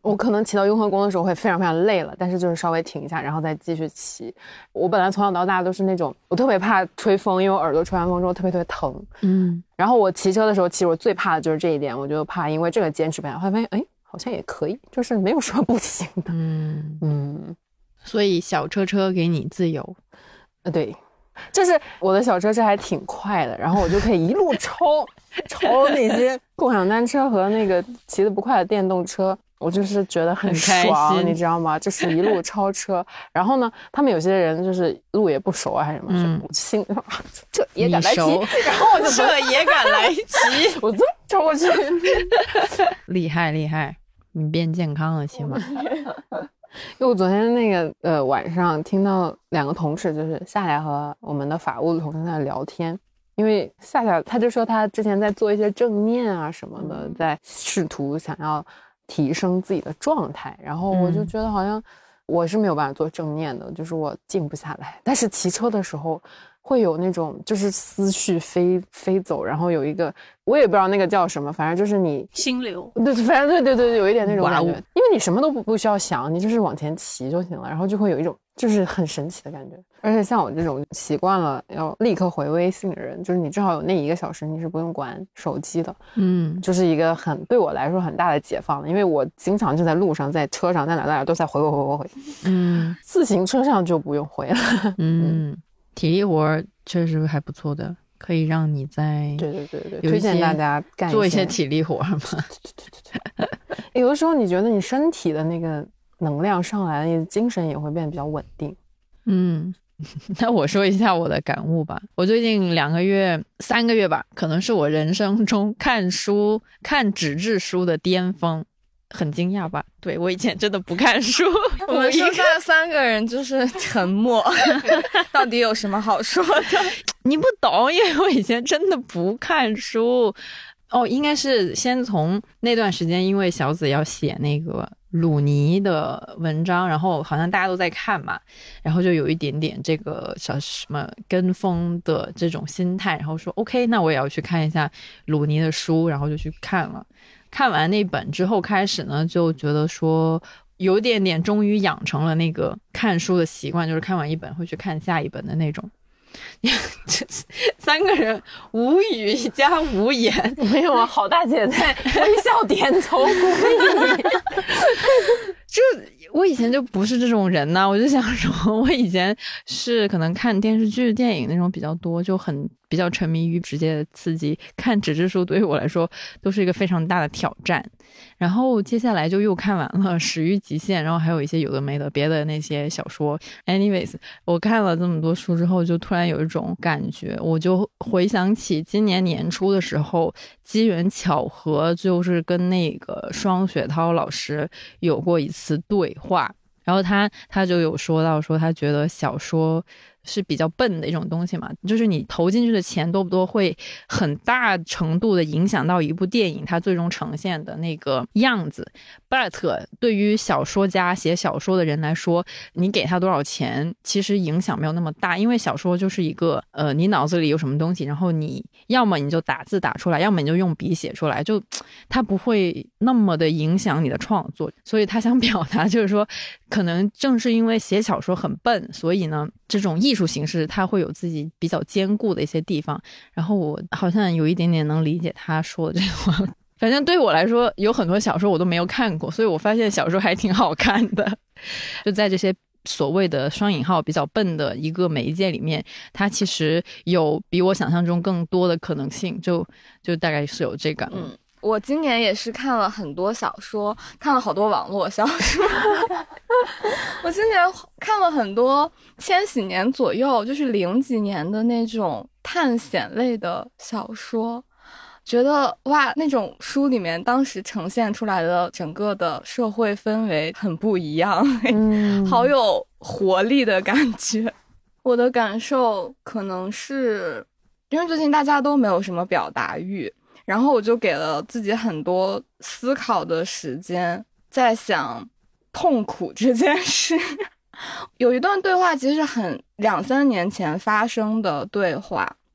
我可能骑到雍和宫的时候会非常非常累了，但是就是稍微停一下然后再继续骑。我本来从小到大都是那种我特别怕吹风，因为我耳朵吹完风之后特别特别疼。嗯，然后我骑车的时候其实我最怕的就是这一点，我就怕因为这个坚持不下来，后来发现哎好像也可以，就是没有什么不行的。嗯嗯，所以小车车给你自由。 呃对，就是我的小车车还挺快的，然后我就可以一路超超那些共享单车和那个骑得不快的电动车，我就是觉得很爽，你知道吗？就是一路超车。然后呢，他们有些人就是路也不熟啊，还是什么，嗯、我心这也敢来骑，然后我就这也敢来骑， 我这么超过去， 厉害厉害，你变健康了起码。 因为我昨天那个呃晚上听到两个同事，就是夏夏和我们的法务的同事在聊天，因为夏夏他就说他之前在做一些正念啊什么的，在试图想要提升自己的状态，然后我就觉得好像我是没有办法做正念的，就是我静不下来，但是骑车的时候会有那种就是思绪飞飞走，然后有一个我也不知道那个叫什么，反正就是你心流， 对，反正对对对，有一点那种感觉，因为你什么都不不需要想，你就是往前骑就行了，然后就会有一种就是很神奇的感觉。而且像我这种习惯了要立刻回微信的人，就是你至少有那一个小时你是不用管手机的，嗯，就是一个很对我来说很大的解放了，因为我经常就在路上在车上在哪在哪都在回回回回回，嗯，自行车上就不用回了，嗯。 体力活确实还不错的，可以让你在对对对对推荐大家干做一些体力活嘛。对对对对，有的时候你觉得你身体的那个能量上来了，你的精神也会变得比较稳定。 嗯，那我说一下我的感悟吧。我最近两个月、三个月吧，可能是我人生中看书、看纸质书的巅峰。很惊讶吧？对，我以前真的不看书。 我们剩下三个人就是沉默，到底有什么好说的？ 你不懂，因为我以前真的不看书。哦，应该是先从那段时间，因为小紫要写那个鲁尼的文章，然后好像大家都在看嘛，然后就有一点点这个小什么跟风的这种心态，然后说 OK， 那我也要去看一下鲁尼的书，然后就去看了。看完那本之后开始呢，就觉得说有点点终于养成了那个看书的习惯，就是看完一本会去看下一本的那种。三个人无语加无言。 没有啊，好大姐在微笑点头鼓励你。 就我以前就不是这种人呢、啊，我就想说我以前是可能看电视剧电影那种比较多，就很比较沉迷于直接的刺激，看纸质书对于我来说都是一个非常大的挑战。然后接下来就又看完了《始于极限》，然后还有一些有的没的别的那些小说。anyways， 我看了这么多书之后，就突然有一种感觉，我就回想起今年年初的时候，机缘巧合就是跟那个双雪涛老师有过一次对话，然后他他就有说到说他觉得小说是比较笨的一种东西嘛，就是你投进去的钱多不多会很大程度的影响到一部电影它最终呈现的那个样子。 but 对于小说家写小说的人来说，你给他多少钱其实影响没有那么大，因为小说就是一个呃，你脑子里有什么东西，然后你要么你就打字打出来，要么你就用笔写出来，就它不会那么的影响你的创作。所以他想表达就是说，可能正是因为写小说很笨，所以呢这种艺术形式它会有自己比较坚固的一些地方。然后我好像有一点点能理解他说的这话。反正对我来说有很多小说我都没有看过，所以我发现小说还挺好看的。就在这些所谓的双引号比较笨的一个媒介里面，它其实有比我想象中更多的可能性，就就大概是有这个。 嗯，我今年也是看了很多小说，看了好多网络小说。我今年看了很多千禧年左右，就是零几年的那种探险类的小说。觉得哇，那种书里面当时呈现出来的整个的社会氛围很不一样，嗯、好有活力的感觉。我的感受可能是因为最近大家都没有什么表达欲，然后我就给了自己很多思考的时间，在想痛苦这件事。有一段对话其实是很两三年前发生的对话，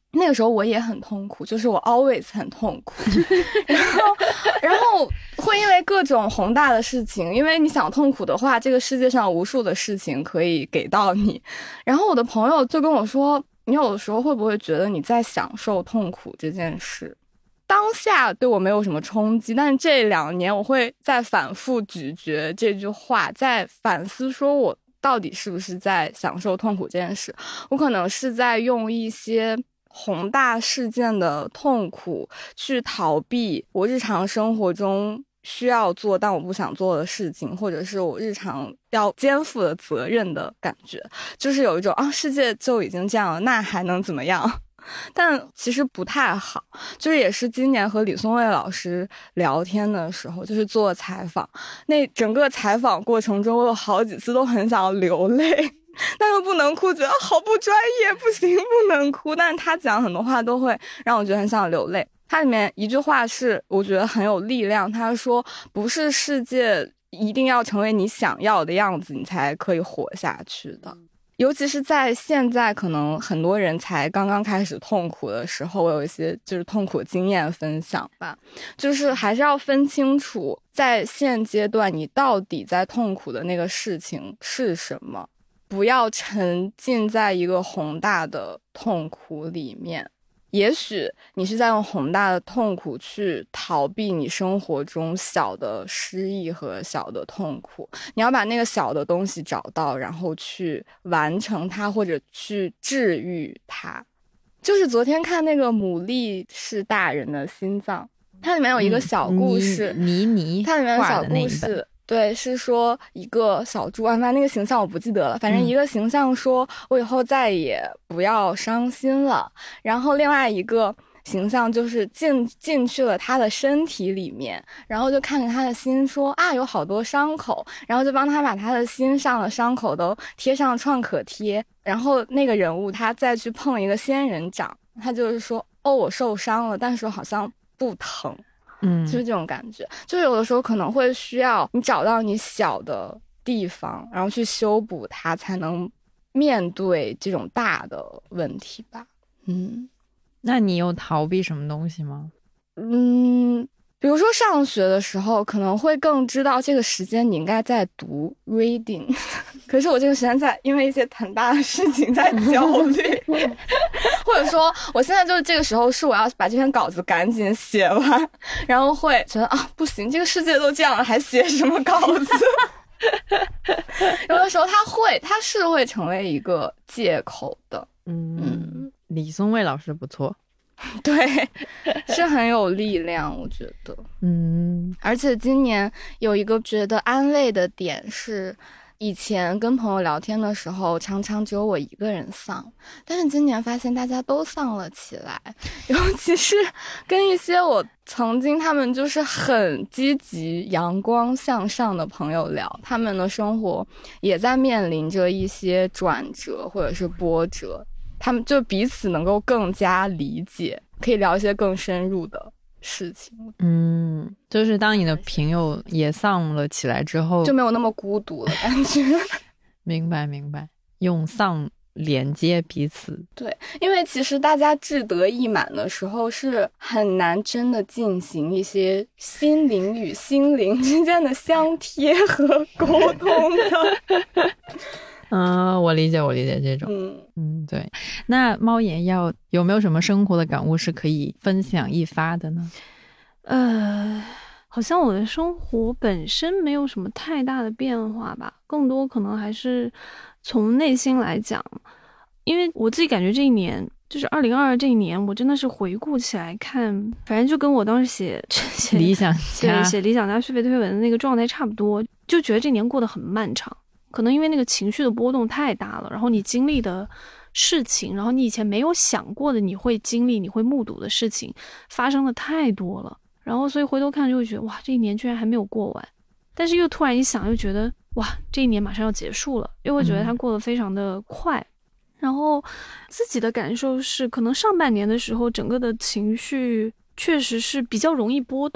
那个时候我也很痛苦，就是我 always 很痛苦，然后，然后会因为各种宏大的事情，因为你想痛苦的话，这个世界上有无数的事情可以给到你。然后我的朋友就跟我说，你有的时候会不会觉得你在享受痛苦这件事？当下对我没有什么冲击，但是这两年我会再反复咀嚼这句话，在反思说我到底是不是在享受痛苦这件事。我可能是在用一些宏大事件的痛苦去逃避我日常生活中需要做但我不想做的事情，或者是我日常要肩负的责任的感觉，就是有一种啊，世界就已经这样了，那还能怎么样？但其实不太好。就是也是今年和李松蔚老师聊天的时候，就是做采访，那整个采访过程中我有好几次都很想要流泪，但又不能哭，觉得好不专业，不行，不能哭。但是他讲很多话都会让我觉得很想流泪。他里面一句话是我觉得很有力量，他说不是世界一定要成为你想要的样子你才可以活下去的。尤其是在现在可能很多人才刚刚开始痛苦的时候，我有一些就是痛苦经验分享吧。就是还是要分清楚在现阶段你到底在痛苦的那个事情是什么，不要沉浸在一个宏大的痛苦里面。也许你是在用宏大的痛苦去逃避你生活中小的失意和小的痛苦，你要把那个小的东西找到，然后去完成它或者去治愈它。就是昨天看那个牡蛎是大人的心脏，它里面有一个小故事， 倪妮它里面有小故事，对，是说一个小猪啊，那那个形象我不记得了，反正一个形象说、嗯、我以后再也不要伤心了，然后另外一个形象就是进进去了他的身体里面，然后就看着他的心说啊有好多伤口，然后就帮他把他的心上的伤口都贴上创可贴，然后那个人物他再去碰一个仙人掌，他就是说哦我受伤了，但是好像不疼。嗯，就是这种感觉，就是有的时候可能会需要你找到你小的地方，然后去修补它，才能面对这种大的问题吧。嗯， 那你有逃避什么东西吗？ 嗯，比如说上学的时候可能会更知道这个时间你应该在读 reading， 可是我这个时间在因为一些很大的事情在焦虑或者说我现在就是这个时候是我要把这篇稿子赶紧写完，然后会觉得啊不行，这个世界都这样了还写什么稿子有的时候它会它是会成为一个借口的。 嗯嗯，李松蔚老师不错， 对，是很有力量，我觉得。嗯，而且今年有一个觉得安慰的点是，以前跟朋友聊天的时候常常只有我一个人丧，但是今年发现大家都丧了起来，尤其是跟一些我曾经他们就是很积极阳光向上的朋友聊，他们的生活也在面临着一些转折或者是波折，他们就彼此能够更加理解，可以聊一些更深入的事情。 嗯，就是当你的朋友也丧了起来之后， 就没有那么孤独了感觉明白明白，用丧连接彼此。 对，因为其实大家志得意满的时候是很难真的进行一些心灵与心灵之间的相贴和沟通的嗯、呃，我理解我理解这种。嗯嗯，对。那猫眼要有没有什么生活的感悟是可以分享一发的呢？ 呃，好像我的生活本身没有什么太大的变化吧，更多可能还是从内心来讲，因为我自己感觉这一年就是二零二二这一年，我真的是回顾起来看，反正就跟我当时写写理想家对写理想家续费推文的那个状态差不多，就觉得这年过得很漫长。可能因为那个情绪的波动太大了，然后你经历的事情，然后你以前没有想过的你会经历你会目睹的事情发生的太多了，然后所以回头看就会觉得哇这一年居然还没有过完，但是又突然一想又觉得哇这一年马上要结束了，又会觉得它过得非常的快、嗯、然后自己的感受是可能上半年的时候整个的情绪确实是比较容易波动，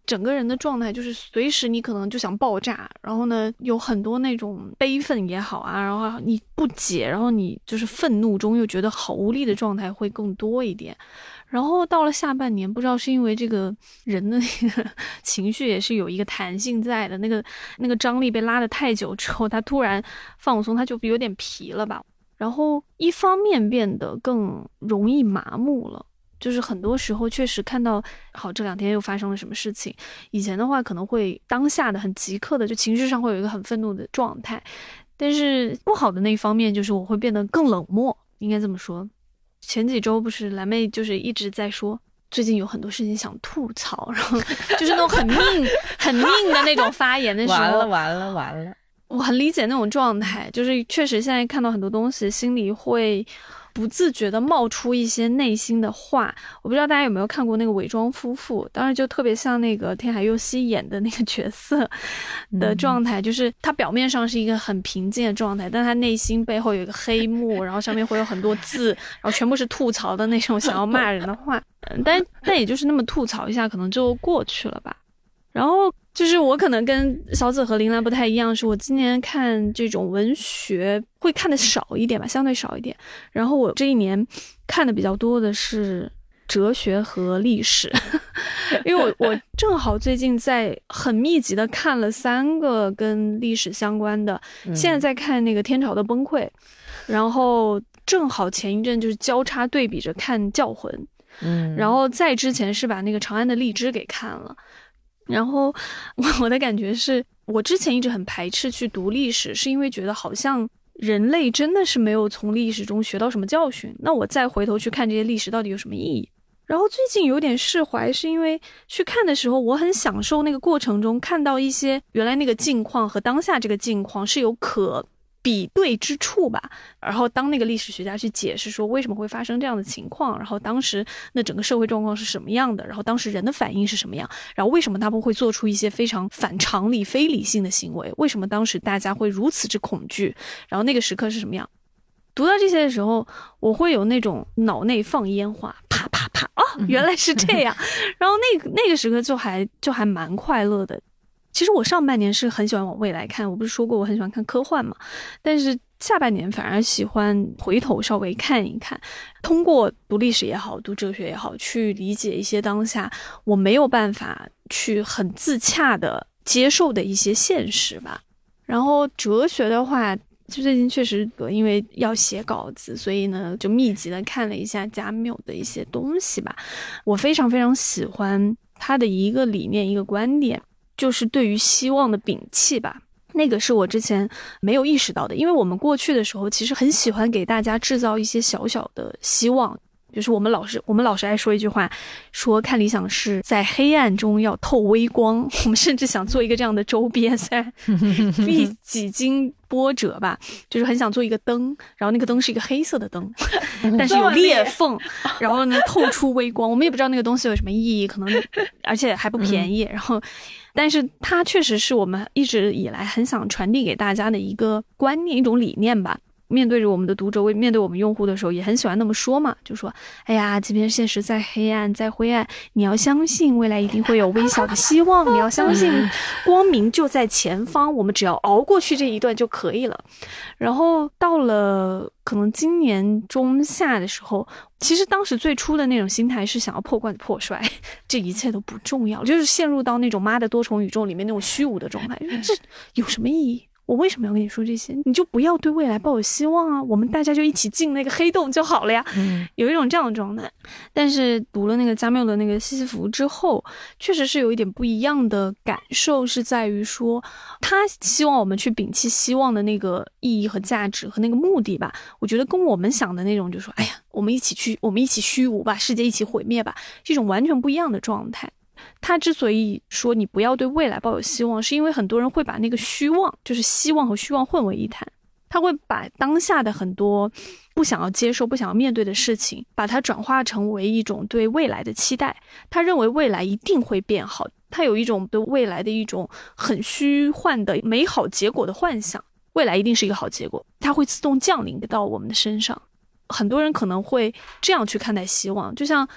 整个人的状态就是随时你可能就想爆炸，然后呢有很多那种悲愤也好啊，然后你不解，然后你就是愤怒中又觉得好无力的状态会更多一点。然后到了下半年，不知道是因为这个人的那个情绪也是有一个弹性在的，那个那个张力被拉得太久之后，他突然放松，他就有点疲了吧。然后一方面变得更容易麻木了，就是很多时候确实看到好这两天又发生了什么事情，以前的话可能会当下的很即刻的就情绪上会有一个很愤怒的状态，但是不好的那一方面就是我会变得更冷漠，应该这么说。前几周不是蓝妹就是一直在说最近有很多事情想吐槽，然后就是那种很命很命的那种发言的时候， 完了完了完了， 我很理解那种状态，就是确实现在看到很多东西心里会不自觉的冒出一些内心的话。我不知道大家有没有看过那个伪装夫妇，当然就特别像那个天海佑希演的那个角色的状态、嗯、就是他表面上是一个很平静的状态，但他内心背后有一个黑幕，然后上面会有很多字，然后全部是吐槽的那种想要骂人的话，但但也就是那么吐槽一下可能就过去了吧。然后就是我可能跟小紫和铃兰不太一样，是我今年看这种文学会看的少一点吧，相对少一点。然后我这一年看的比较多的是哲学和历史因为我我正好最近在很密集的看了三个跟历史相关的、嗯、现在在看那个天朝的崩溃，然后正好前一阵就是交叉对比着看教魂，嗯，然后再之前是把那个长安的荔枝给看了。然后我的感觉是我之前一直很排斥去读历史，是因为觉得好像人类真的是没有从历史中学到什么教训，那我再回头去看这些历史到底有什么意义。然后最近有点释怀，是因为去看的时候我很享受那个过程中看到一些原来那个境况和当下这个境况是有可比对之处吧，然后当那个历史学家去解释说为什么会发生这样的情况，然后当时那整个社会状况是什么样的，然后当时人的反应是什么样，然后为什么他们会做出一些非常反常理非理性的行为，为什么当时大家会如此之恐惧，然后那个时刻是什么样。读到这些的时候我会有那种脑内放烟花，啪啪啪，哦，原来是这样然后那个那个时刻就还就还蛮快乐的。其实我上半年是很喜欢往未来看，我不是说过我很喜欢看科幻嘛，但是下半年反而喜欢回头稍微看一看，通过读历史也好读哲学也好去理解一些当下我没有办法去很自洽的接受的一些现实吧。然后哲学的话就最近确实因为要写稿子，所以呢就密集的看了一下加缪的一些东西吧。我非常非常喜欢他的一个理念一个观点，就是对于希望的摒弃吧。那个是我之前没有意识到的，因为我们过去的时候其实很喜欢给大家制造一些小小的希望，就是我们老师我们老师爱说一句话，说看理想是在黑暗中要透微光，我们甚至想做一个这样的周边，虽然历几经波折吧，就是很想做一个灯，然后那个灯是一个黑色的灯但是有裂缝，然后呢透出微光，我们也不知道那个东西有什么意义，可能而且还不便宜、嗯、然后但是它确实是我们一直以来很想传递给大家的一个观念一种理念吧。面对着我们的读者面对我们用户的时候也很喜欢那么说嘛，就说哎呀即便现实再黑暗再灰暗，你要相信未来一定会有微小的希望，你要相信光明就在前方，我们只要熬过去这一段就可以了。然后到了可能今年中夏的时候，其实当时最初的那种心态是想要破罐子破摔，这一切都不重要，就是陷入到那种妈的多重宇宙里面那种虚无的状态，这有什么意义，我为什么要跟你说这些？你就不要对未来抱有希望啊！我们大家就一起进那个黑洞就好了呀。嗯，有一种这样的状态。但是读了那个加缪的那个西西弗之后，确实是有一点不一样的感受，是在于说，他希望我们去摒弃希望的那个意义和价值和那个目的吧。我觉得跟我们想的那种，就说，哎呀，我们一起去，我们一起虚无吧，世界一起毁灭吧，这种完全不一样的状态。他之所以说你不要对未来抱有希望，是因为很多人会把那个虚妄，就是希望和虚妄混为一谈，他会把当下的很多不想要接受不想要面对的事情把它转化成为一种对未来的期待，他认为未来一定会变好，他有一种对未来的一种很虚幻的美好结果的幻想，未来一定是一个好结果，它会自动降临到我们的身上。很多人可能会这样去看待希望，就像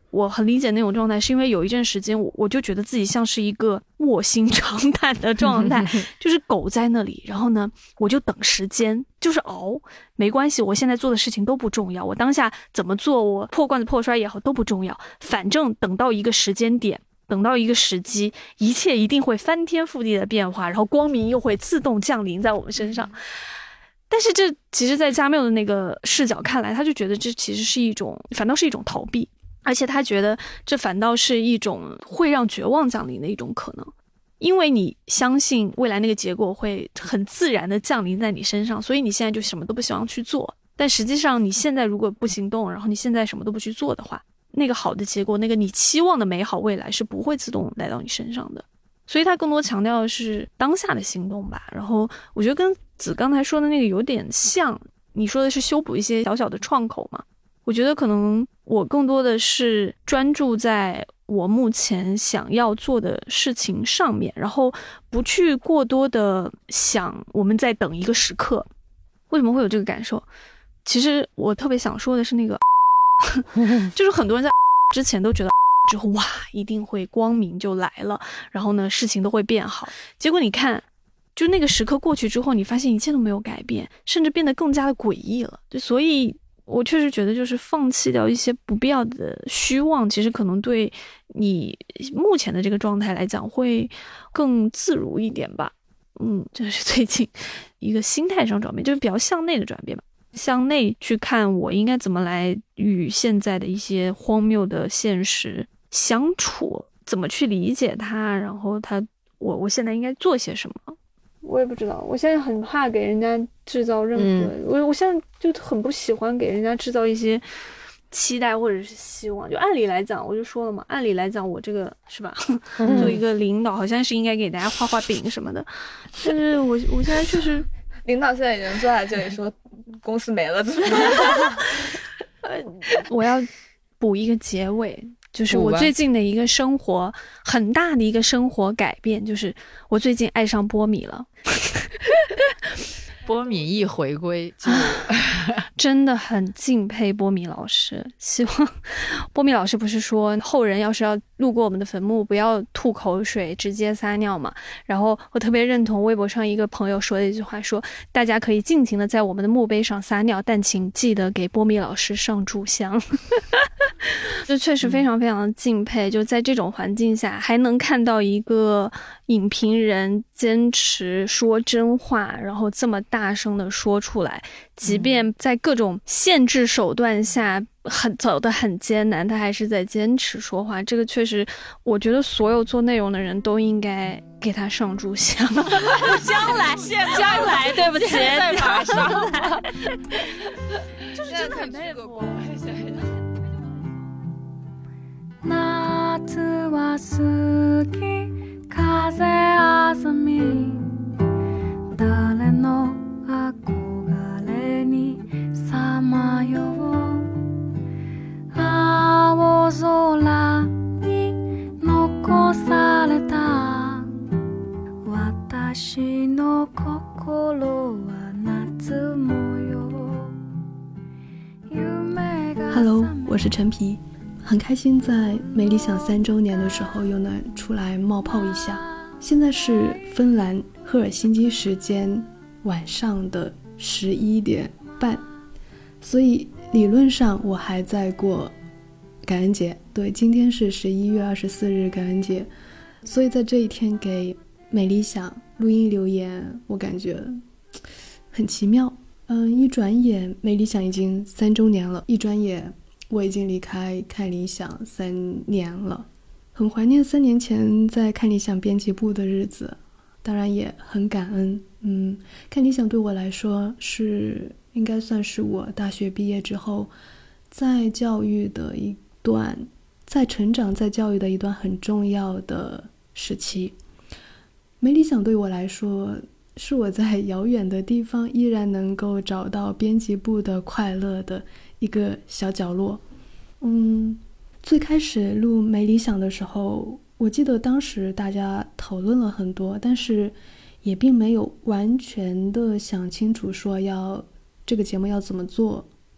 我很理解那种状态，是因为有一阵时间我我就觉得自己像是一个卧薪尝胆的状态，就是狗在那里，然后呢我就等时间，就是熬，没关系，我现在做的事情都不重要，我当下怎么做，我破罐子破摔也好都不重要，反正等到一个时间点，等到一个时机，一切一定会翻天覆地的变化，然后光明又会自动降临在我们身上。但是这其实在加缪的那个视角看来，他就觉得这其实是一种，反倒是一种逃避，而且他觉得这反倒是一种会让绝望降临的一种可能，因为你相信未来那个结果会很自然的降临在你身上，所以你现在就什么都不希望去做。但实际上你现在如果不行动，然后你现在什么都不去做的话，那个好的结果，那个你期望的美好未来是不会自动来到你身上的。所以他更多强调的是当下的行动吧。然后我觉得跟子刚才说的那个有点像，你说的是修补一些小小的创口嘛，我觉得可能我更多的是专注在我目前想要做的事情上面，然后不去过多的想我们在等一个时刻。为什么会有这个感受？其实我特别想说的是那个就是很多人在之前都觉得之后哇一定会光明就来了，然后呢事情都会变好，结果你看就那个时刻过去之后，你发现一切都没有改变，甚至变得更加的诡异了。所以我确实觉得就是放弃掉一些不必要的虚妄，其实可能对你目前的这个状态来讲会更自如一点吧。嗯，这是最近一个心态上转变，就是比较向内的转变吧，向内去看我应该怎么来与现在的一些荒谬的现实相处，怎么去理解它，然后它我我现在应该做些什么。我也不知道，我现在很怕给人家制造任何、嗯、我我现在就很不喜欢给人家制造一些期待或者是希望。就按理来讲，我就说了嘛，按理来讲我这个是吧、嗯、做一个领导好像是应该给大家画画饼什么的，但是我我现在确实领导现在已经坐在这里说公司没了怎么办我要补一个结尾，就是我最近的一个生活很大的一个生活改变，就是我最近爱上波米了波米一回归就真的很敬佩波米老师。希望波米老师不是说后人要是要路过我们的坟墓不要吐口水直接撒尿嘛，然后我特别认同微博上一个朋友说的一句话，说大家可以尽情的在我们的墓碑上撒尿，但请记得给波米老师上炷香就确实非常非常的敬佩，就在这种环境下还能看到一个影评人坚持说真话，然后这么大声的说出来，即便在各种限制手段下很走得很艰难，他还是在坚持说话。这个确实我觉得所有做内容的人都应该给他上炷香将来将来对不起在马上就是真的很佩服。 夏は好き風あざみ誰の憧れにさまよう青空に残された私の心は夏模様。 Hello， 我是陈皮，很开心在美理想三周年的时候又能出来冒泡一下。现在是芬兰赫尔辛基时间晚上的十一点半，所以理论上我还在过感恩节。对，今天是十一月二十四日感恩节，所以在这一天给美理想录音留言，我感觉很奇妙。嗯，一转眼美理想已经三周年了，一转眼我已经离开看理想三年了，很怀念三年前在看理想编辑部的日子，当然也很感恩。嗯，看理想对我来说是应该算是我大学毕业之后在教育的一段，在成长在教育的一段很重要的时期。美理想对我来说是我在遥远的地方依然能够找到编辑部的快乐的一个小角落。嗯，最开始录美理想的时候，我记得当时大家讨论了很多，但是也并没有完全的想清楚说要这个节目要怎么做，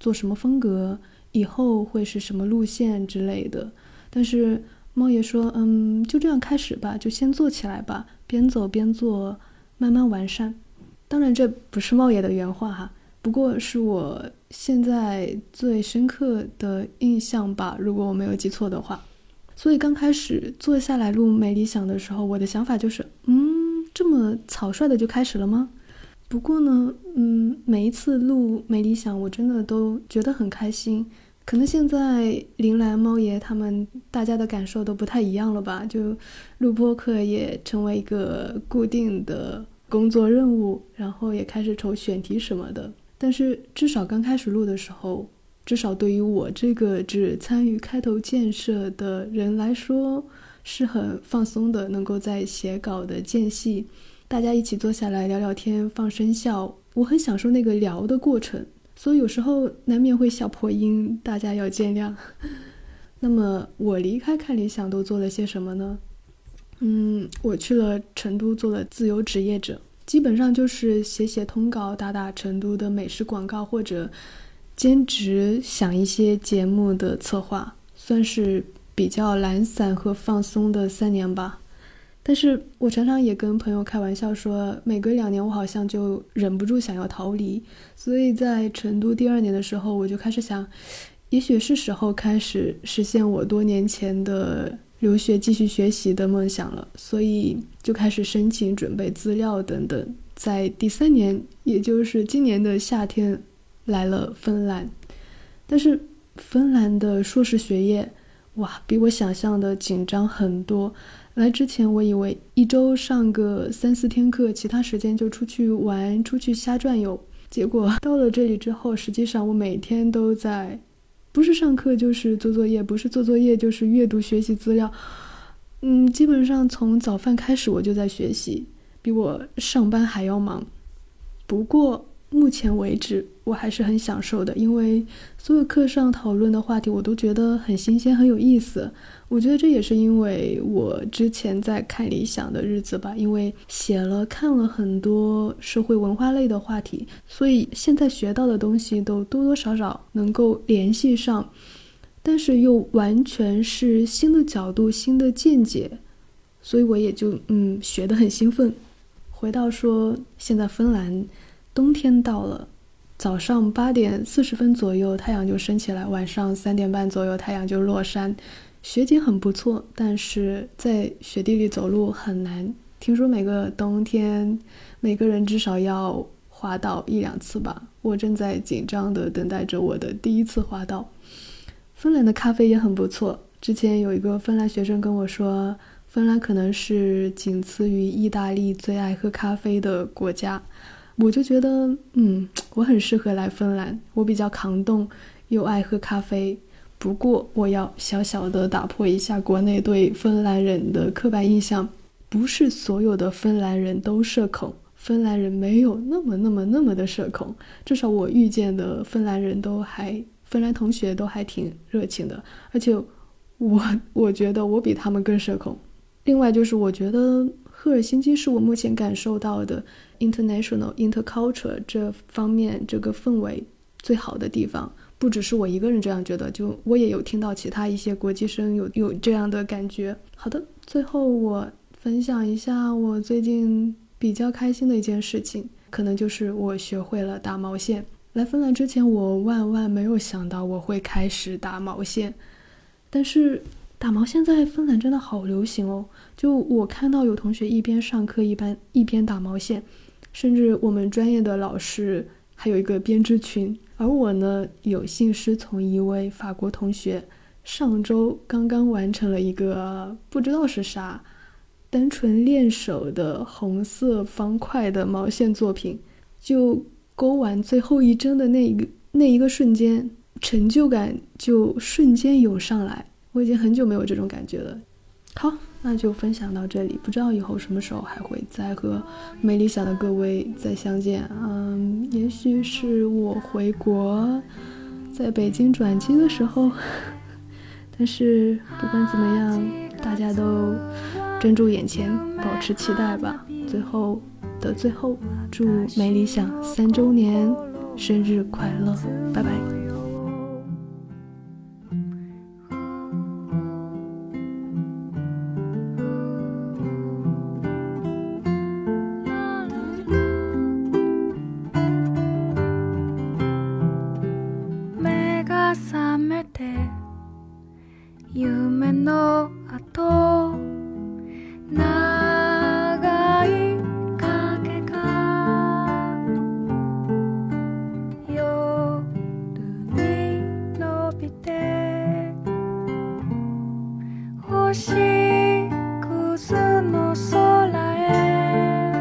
做什么风格，以后会是什么路线之类的。但是猫爷说，嗯，就这样开始吧，就先做起来吧，边走边做，慢慢完善。当然这不是猫爷的原话哈，不过是我现在最深刻的印象吧，如果我没有记错的话。所以刚开始坐下来录没理想的时候，我的想法就是嗯，这么草率的就开始了吗？不过呢嗯，每一次录没理想我真的都觉得很开心。可能现在铃兰猫爷他们大家的感受都不太一样了吧，就录播客也成为一个固定的工作任务，然后也开始筹选题什么的。但是至少刚开始录的时候，至少对于我这个只参与开头建设的人来说是很放松的，能够在写稿的间隙大家一起坐下来聊聊天放声效，我很享受那个聊的过程，所以有时候难免会小破音，大家要见谅。那么我离开看理想都做了些什么呢？嗯，我去了成都做了自由职业者，基本上就是写写通稿，打打成都的美食广告，或者兼职想一些节目的策划，算是比较懒散和放松的三年吧。但是我常常也跟朋友开玩笑说，每隔两年我好像就忍不住想要逃离，所以在成都第二年的时候，我就开始想，也许是时候开始实现我多年前的留学继续学习的梦想了，所以就开始申请准备资料等等。在第三年，也就是今年的夏天来了芬兰。但是芬兰的硕士学业哇，比我想象的紧张很多。来之前我以为一周上个三四天课，其他时间就出去玩，出去瞎转悠。结果到了这里之后，实际上我每天都在，不是上课就是做作业，不是做作业就是阅读学习资料。嗯，基本上从早饭开始我就在学习，比我上班还要忙。不过目前为止我还是很享受的，因为所有课上讨论的话题我都觉得很新鲜很有意思。我觉得这也是因为我之前在看理想的日子吧，因为写了看了很多社会文化类的话题，所以现在学到的东西都多多少少能够联系上，但是又完全是新的角度新的见解，所以我也就嗯学得很兴奋。回到说现在芬兰冬天到了，早上八点四十分左右太阳就升起来，晚上三点半左右太阳就落山，雪景很不错，但是在雪地里走路很难。听说每个冬天每个人至少要滑倒一两次吧，我正在紧张地等待着我的第一次滑倒。芬兰的咖啡也很不错，之前有一个芬兰学生跟我说，芬兰可能是仅次于意大利最爱喝咖啡的国家。我就觉得嗯，我很适合来芬兰，我比较抗冻又爱喝咖啡。不过我要小小的打破一下国内对芬兰人的刻板印象，不是所有的芬兰人都社恐，芬兰人没有那么那么那么的社恐，至少我遇见的芬兰人都还芬兰同学都还挺热情的，而且我我觉得我比他们更社恐。另外就是我觉得赫尔辛基是我目前感受到的 international interculture 这方面这个氛围最好的地方，不只是我一个人这样觉得，就我也有听到其他一些国际生有有这样的感觉。好的，最后我分享一下我最近比较开心的一件事情，可能就是我学会了打毛线。来芬兰之前我万万没有想到我会开始打毛线，但是打毛线在芬兰真的好流行哦，就我看到有同学一边上课一边一边打毛线，甚至我们专业的老师还有一个编织群。而我呢，有幸是从一位法国同学上周刚刚完成了一个不知道是啥单纯练手的红色方块的毛线作品，就钩完最后一针的那一个那一个瞬间，成就感就瞬间涌上来，我已经很久没有这种感觉了。好，那就分享到这里，不知道以后什么时候还会再和没理想的各位再相见。嗯，也许是我回国在北京转机的时候，但是不管怎么样，大家都专注眼前，保持期待吧。最后的最后，祝没理想三周年生日快乐，拜拜。 覚めて夢の後長い影が夜に伸びて星屑の空へ。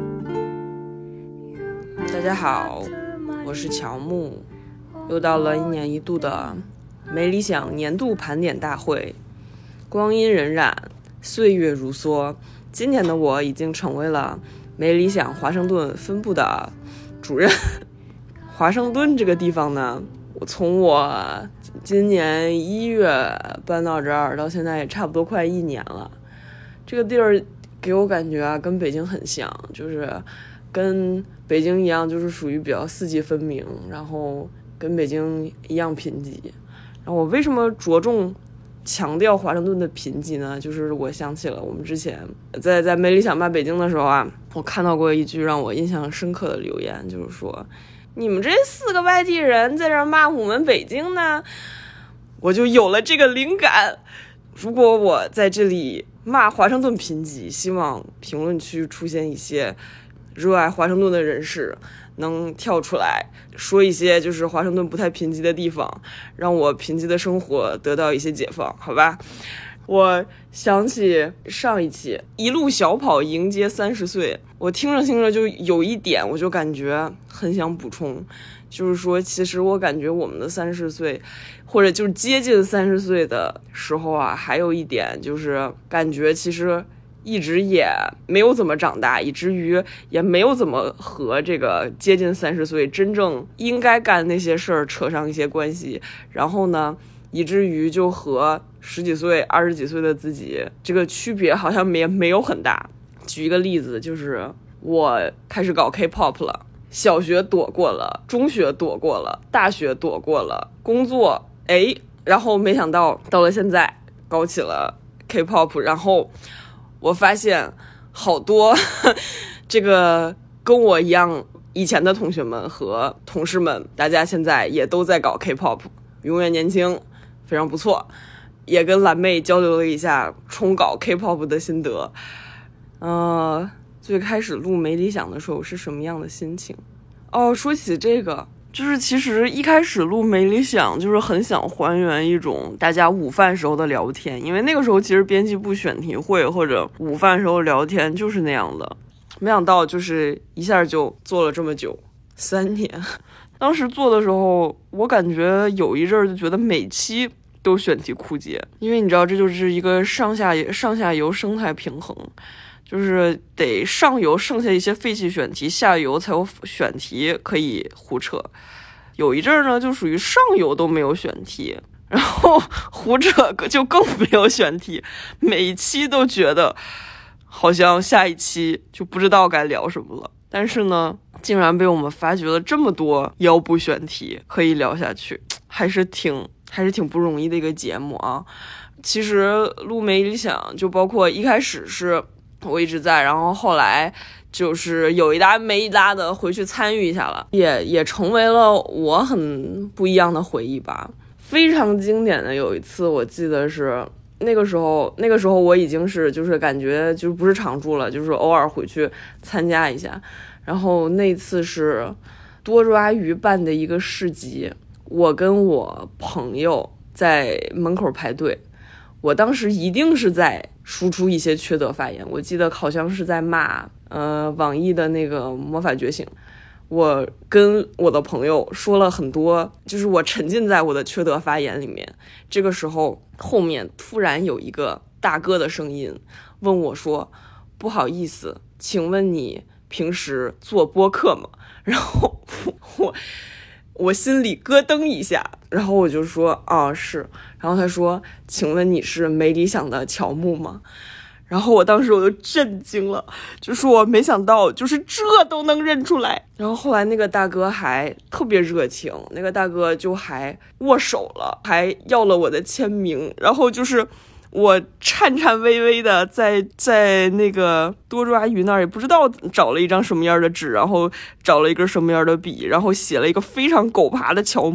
大家好，我是乔木，又到了一年一度的没理想年度盘点大会。光阴荏苒，岁月如梭，今年的我已经成为了没理想华盛顿分部的主任。华盛顿这个地方呢，我从我今年一月搬到这儿到现在也差不多快一年了。这个地儿给我感觉啊，跟北京很像，就是跟北京一样，就是属于比较四季分明，然后跟北京一样贫瘠。然后我为什么着重强调华盛顿的贫瘠呢？就是我想起了我们之前在在没理想骂北京的时候啊，我看到过一句让我印象深刻的留言，就是说你们这四个外地人在这骂我们北京呢，我就有了这个灵感。如果我在这里骂华盛顿贫瘠，希望评论区出现一些热爱华盛顿的人士，能跳出来说一些就是华盛顿不太贫瘠的地方，让我贫瘠的生活得到一些解放，好吧？我想起上一期一路小跑迎接三十岁，我听着听着就有一点我就感觉很想补充，就是说其实我感觉我们的三十岁或者就是接近三十岁的时候啊，还有一点就是感觉其实一直也没有怎么长大，以至于也没有怎么和这个接近三十岁真正应该干那些事儿扯上一些关系，然后呢以至于就和十几岁二十几岁的自己这个区别好像也没有很大。举一个例子，就是我开始搞 K-pop 了，小学躲过了，中学躲过了，大学躲过了，工作哎，然后没想到到了现在搞起了 K-pop， 然后我发现好多这个跟我一样以前的同学们和同事们，大家现在也都在搞 K-pop， 永远年轻，非常不错。也跟蓝妹交流了一下冲搞 K-pop 的心得。呃，最开始录没理想的时候是什么样的心情？哦，说起这个，就是其实一开始录没理想就是很想还原一种大家午饭时候的聊天，因为那个时候其实编辑部选题会或者午饭时候聊天就是那样的。没想到就是一下就做了这么久，三年。当时做的时候我感觉有一阵就觉得每期都选题枯竭，因为你知道这就是一个上下上下游生态平衡，就是得上游剩下一些废弃选题，下游才有选题可以胡扯。有一阵呢就属于上游都没有选题，然后胡扯就更没有选题，每一期都觉得好像下一期就不知道该聊什么了。但是呢竟然被我们发掘了这么多腰部选题可以聊下去，还是挺还是挺不容易的一个节目啊。其实录没理想就包括一开始是我一直在，然后后来就是有一搭没一搭的回去参与一下了，也也成为了我很不一样的回忆吧。非常经典的有一次我记得是那个时候那个时候我已经是就是感觉就不是常驻了，就是偶尔回去参加一下。然后那次是多抓鱼办的一个市集，我跟我朋友在门口排队，我当时一定是在输出一些缺德发言，我记得好像是在骂呃网易的那个魔法觉醒。我跟我的朋友说了很多，就是我沉浸在我的缺德发言里面。这个时候后面突然有一个大哥的声音问我说，不好意思，请问你平时做播客吗？然后我我心里咯噔一下，然后我就说啊是。然后他说请问你是没理想的乔木吗？然后我当时我就震惊了，就是我没想到就是这都能认出来。然后后来那个大哥还特别热情，那个大哥就还握手了，还要了我的签名。然后就是我颤颤巍巍的在在那个多抓鱼那儿，也不知道找了一张什么样的纸，然后找了一根什么样的笔，然后写了一个非常狗爬的乔木。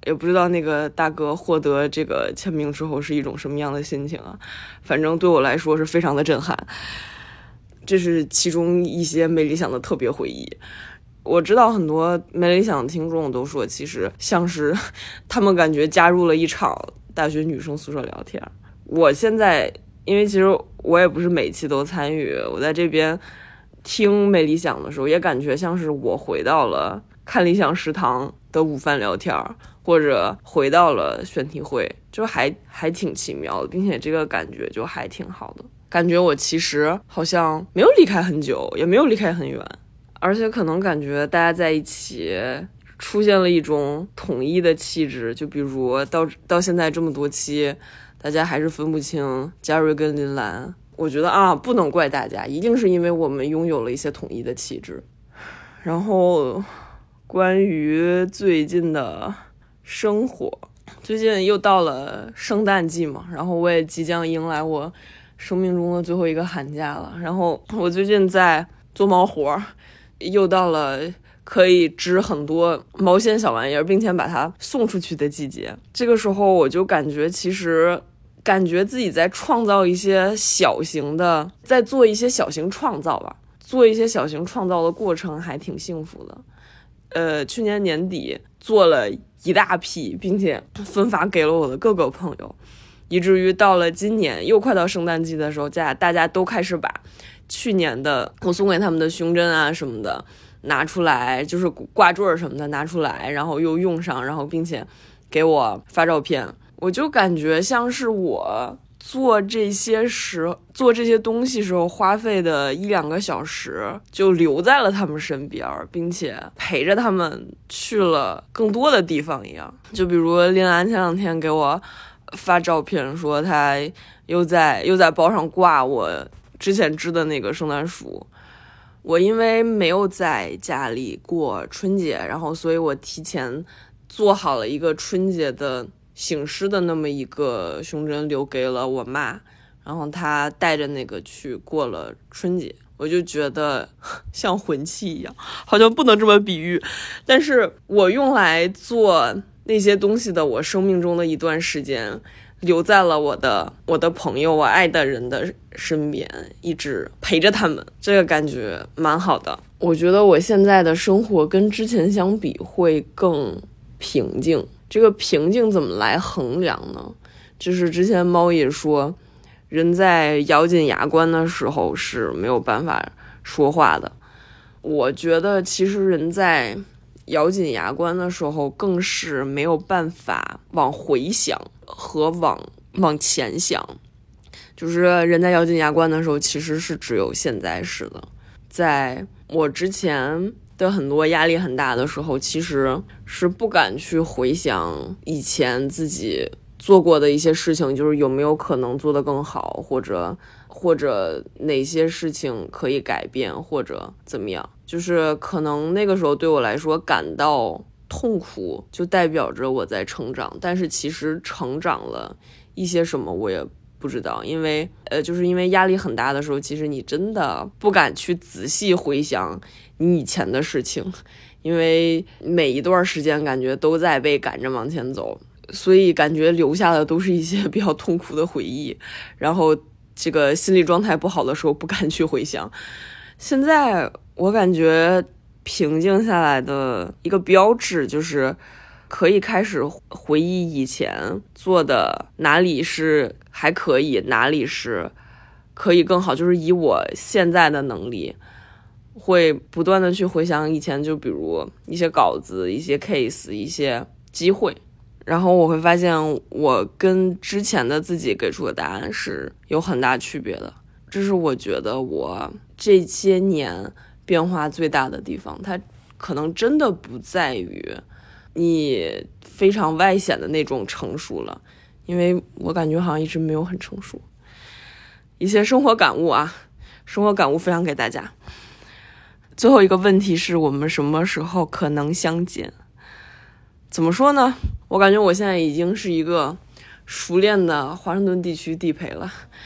也不知道那个大哥获得这个签名之后是一种什么样的心情啊，反正对我来说是非常的震撼。这是其中一些没理想的特别回忆。我知道很多没理想的听众都说，其实像是他们感觉加入了一场大学女生宿舍聊天。我现在因为其实我也不是每期都参与，我在这边听没理想的时候也感觉像是我回到了看理想食堂的午饭聊天，或者回到了选题会，就还还挺奇妙的，并且这个感觉就还挺好的。感觉我其实好像没有离开很久，也没有离开很远，而且可能感觉大家在一起出现了一种统一的气质，就比如到到现在这么多期，大家还是分不清嘉瑞跟林兰。我觉得啊，不能怪大家，一定是因为我们拥有了一些统一的气质。然后关于最近的生活，最近又到了圣诞季嘛，然后我也即将迎来我生命中的最后一个寒假了。然后我最近在做毛活，又到了可以织很多毛线小玩意儿并且把它送出去的季节。这个时候我就感觉其实感觉自己在创造一些小型的，在做一些小型创造吧，做一些小型创造的过程还挺幸福的。呃，去年年底做了一大批，并且分发给了我的各个朋友，以至于到了今年又快到圣诞季的时候，大大家都开始把去年的我送给他们的胸针啊什么的拿出来，就是挂坠什么的拿出来，然后又用上，然后并且给我发照片。我就感觉像是我做这些时做这些东西时候花费的一两个小时就留在了他们身边，并且陪着他们去了更多的地方一样。就比如林安前两天给我发照片说他又在又在包上挂我之前织的那个圣诞树。我因为没有在家里过春节，然后所以我提前做好了一个春节的醒狮的那么一个胸针留给了我妈，然后她带着那个去过了春节。我就觉得像魂器一样，好像不能这么比喻，但是我用来做那些东西的我生命中的一段时间留在了我的我的朋友我爱的人的身边，一直陪着他们，这个感觉蛮好的。我觉得我现在的生活跟之前相比会更平静。这个平静怎么来衡量呢？就是之前猫也说，人在咬紧牙关的时候是没有办法说话的。我觉得其实人在咬紧牙关的时候更是没有办法往回想和往往前想，就是人在咬紧牙关的时候其实是只有现在时的。在我之前的很多压力很大的时候，其实是不敢去回想以前自己做过的一些事情，就是有没有可能做得更好，或者或者哪些事情可以改变，或者怎么样。就是可能那个时候对我来说感到痛苦就代表着我在成长，但是其实成长了一些什么我也不知道。因为呃，就是因为压力很大的时候，其实你真的不敢去仔细回想你以前的事情，因为每一段时间感觉都在被赶着往前走，所以感觉留下的都是一些比较痛苦的回忆，然后这个心理状态不好的时候不敢去回想。现在我感觉平静下来的一个标志就是可以开始回忆以前做的哪里是还可以，哪里是可以更好，就是以我现在的能力会不断的去回想以前，就比如一些稿子，一些 case， 一些机会，然后我会发现我跟之前的自己给出的答案是有很大区别的。这是我觉得我这些年变化最大的地方，它可能真的不在于你非常外显的那种成熟了，因为我感觉好像一直没有很成熟。一些生活感悟啊，生活感悟分享给大家。最后一个问题是我们什么时候可能相见？怎么说呢？我感觉我现在已经是一个熟练的华盛顿地区地陪了，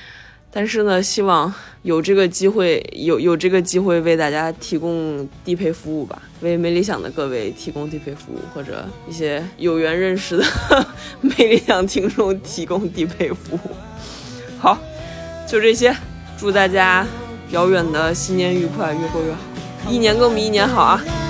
但是呢，希望有这个机会，有有这个机会为大家提供低配服务吧，为没理想的各位提供低配服务，或者一些有缘认识的没理想听众提供低配服务。好，就这些，祝大家遥远的新年愉快，越过越好，一年更比一年好啊！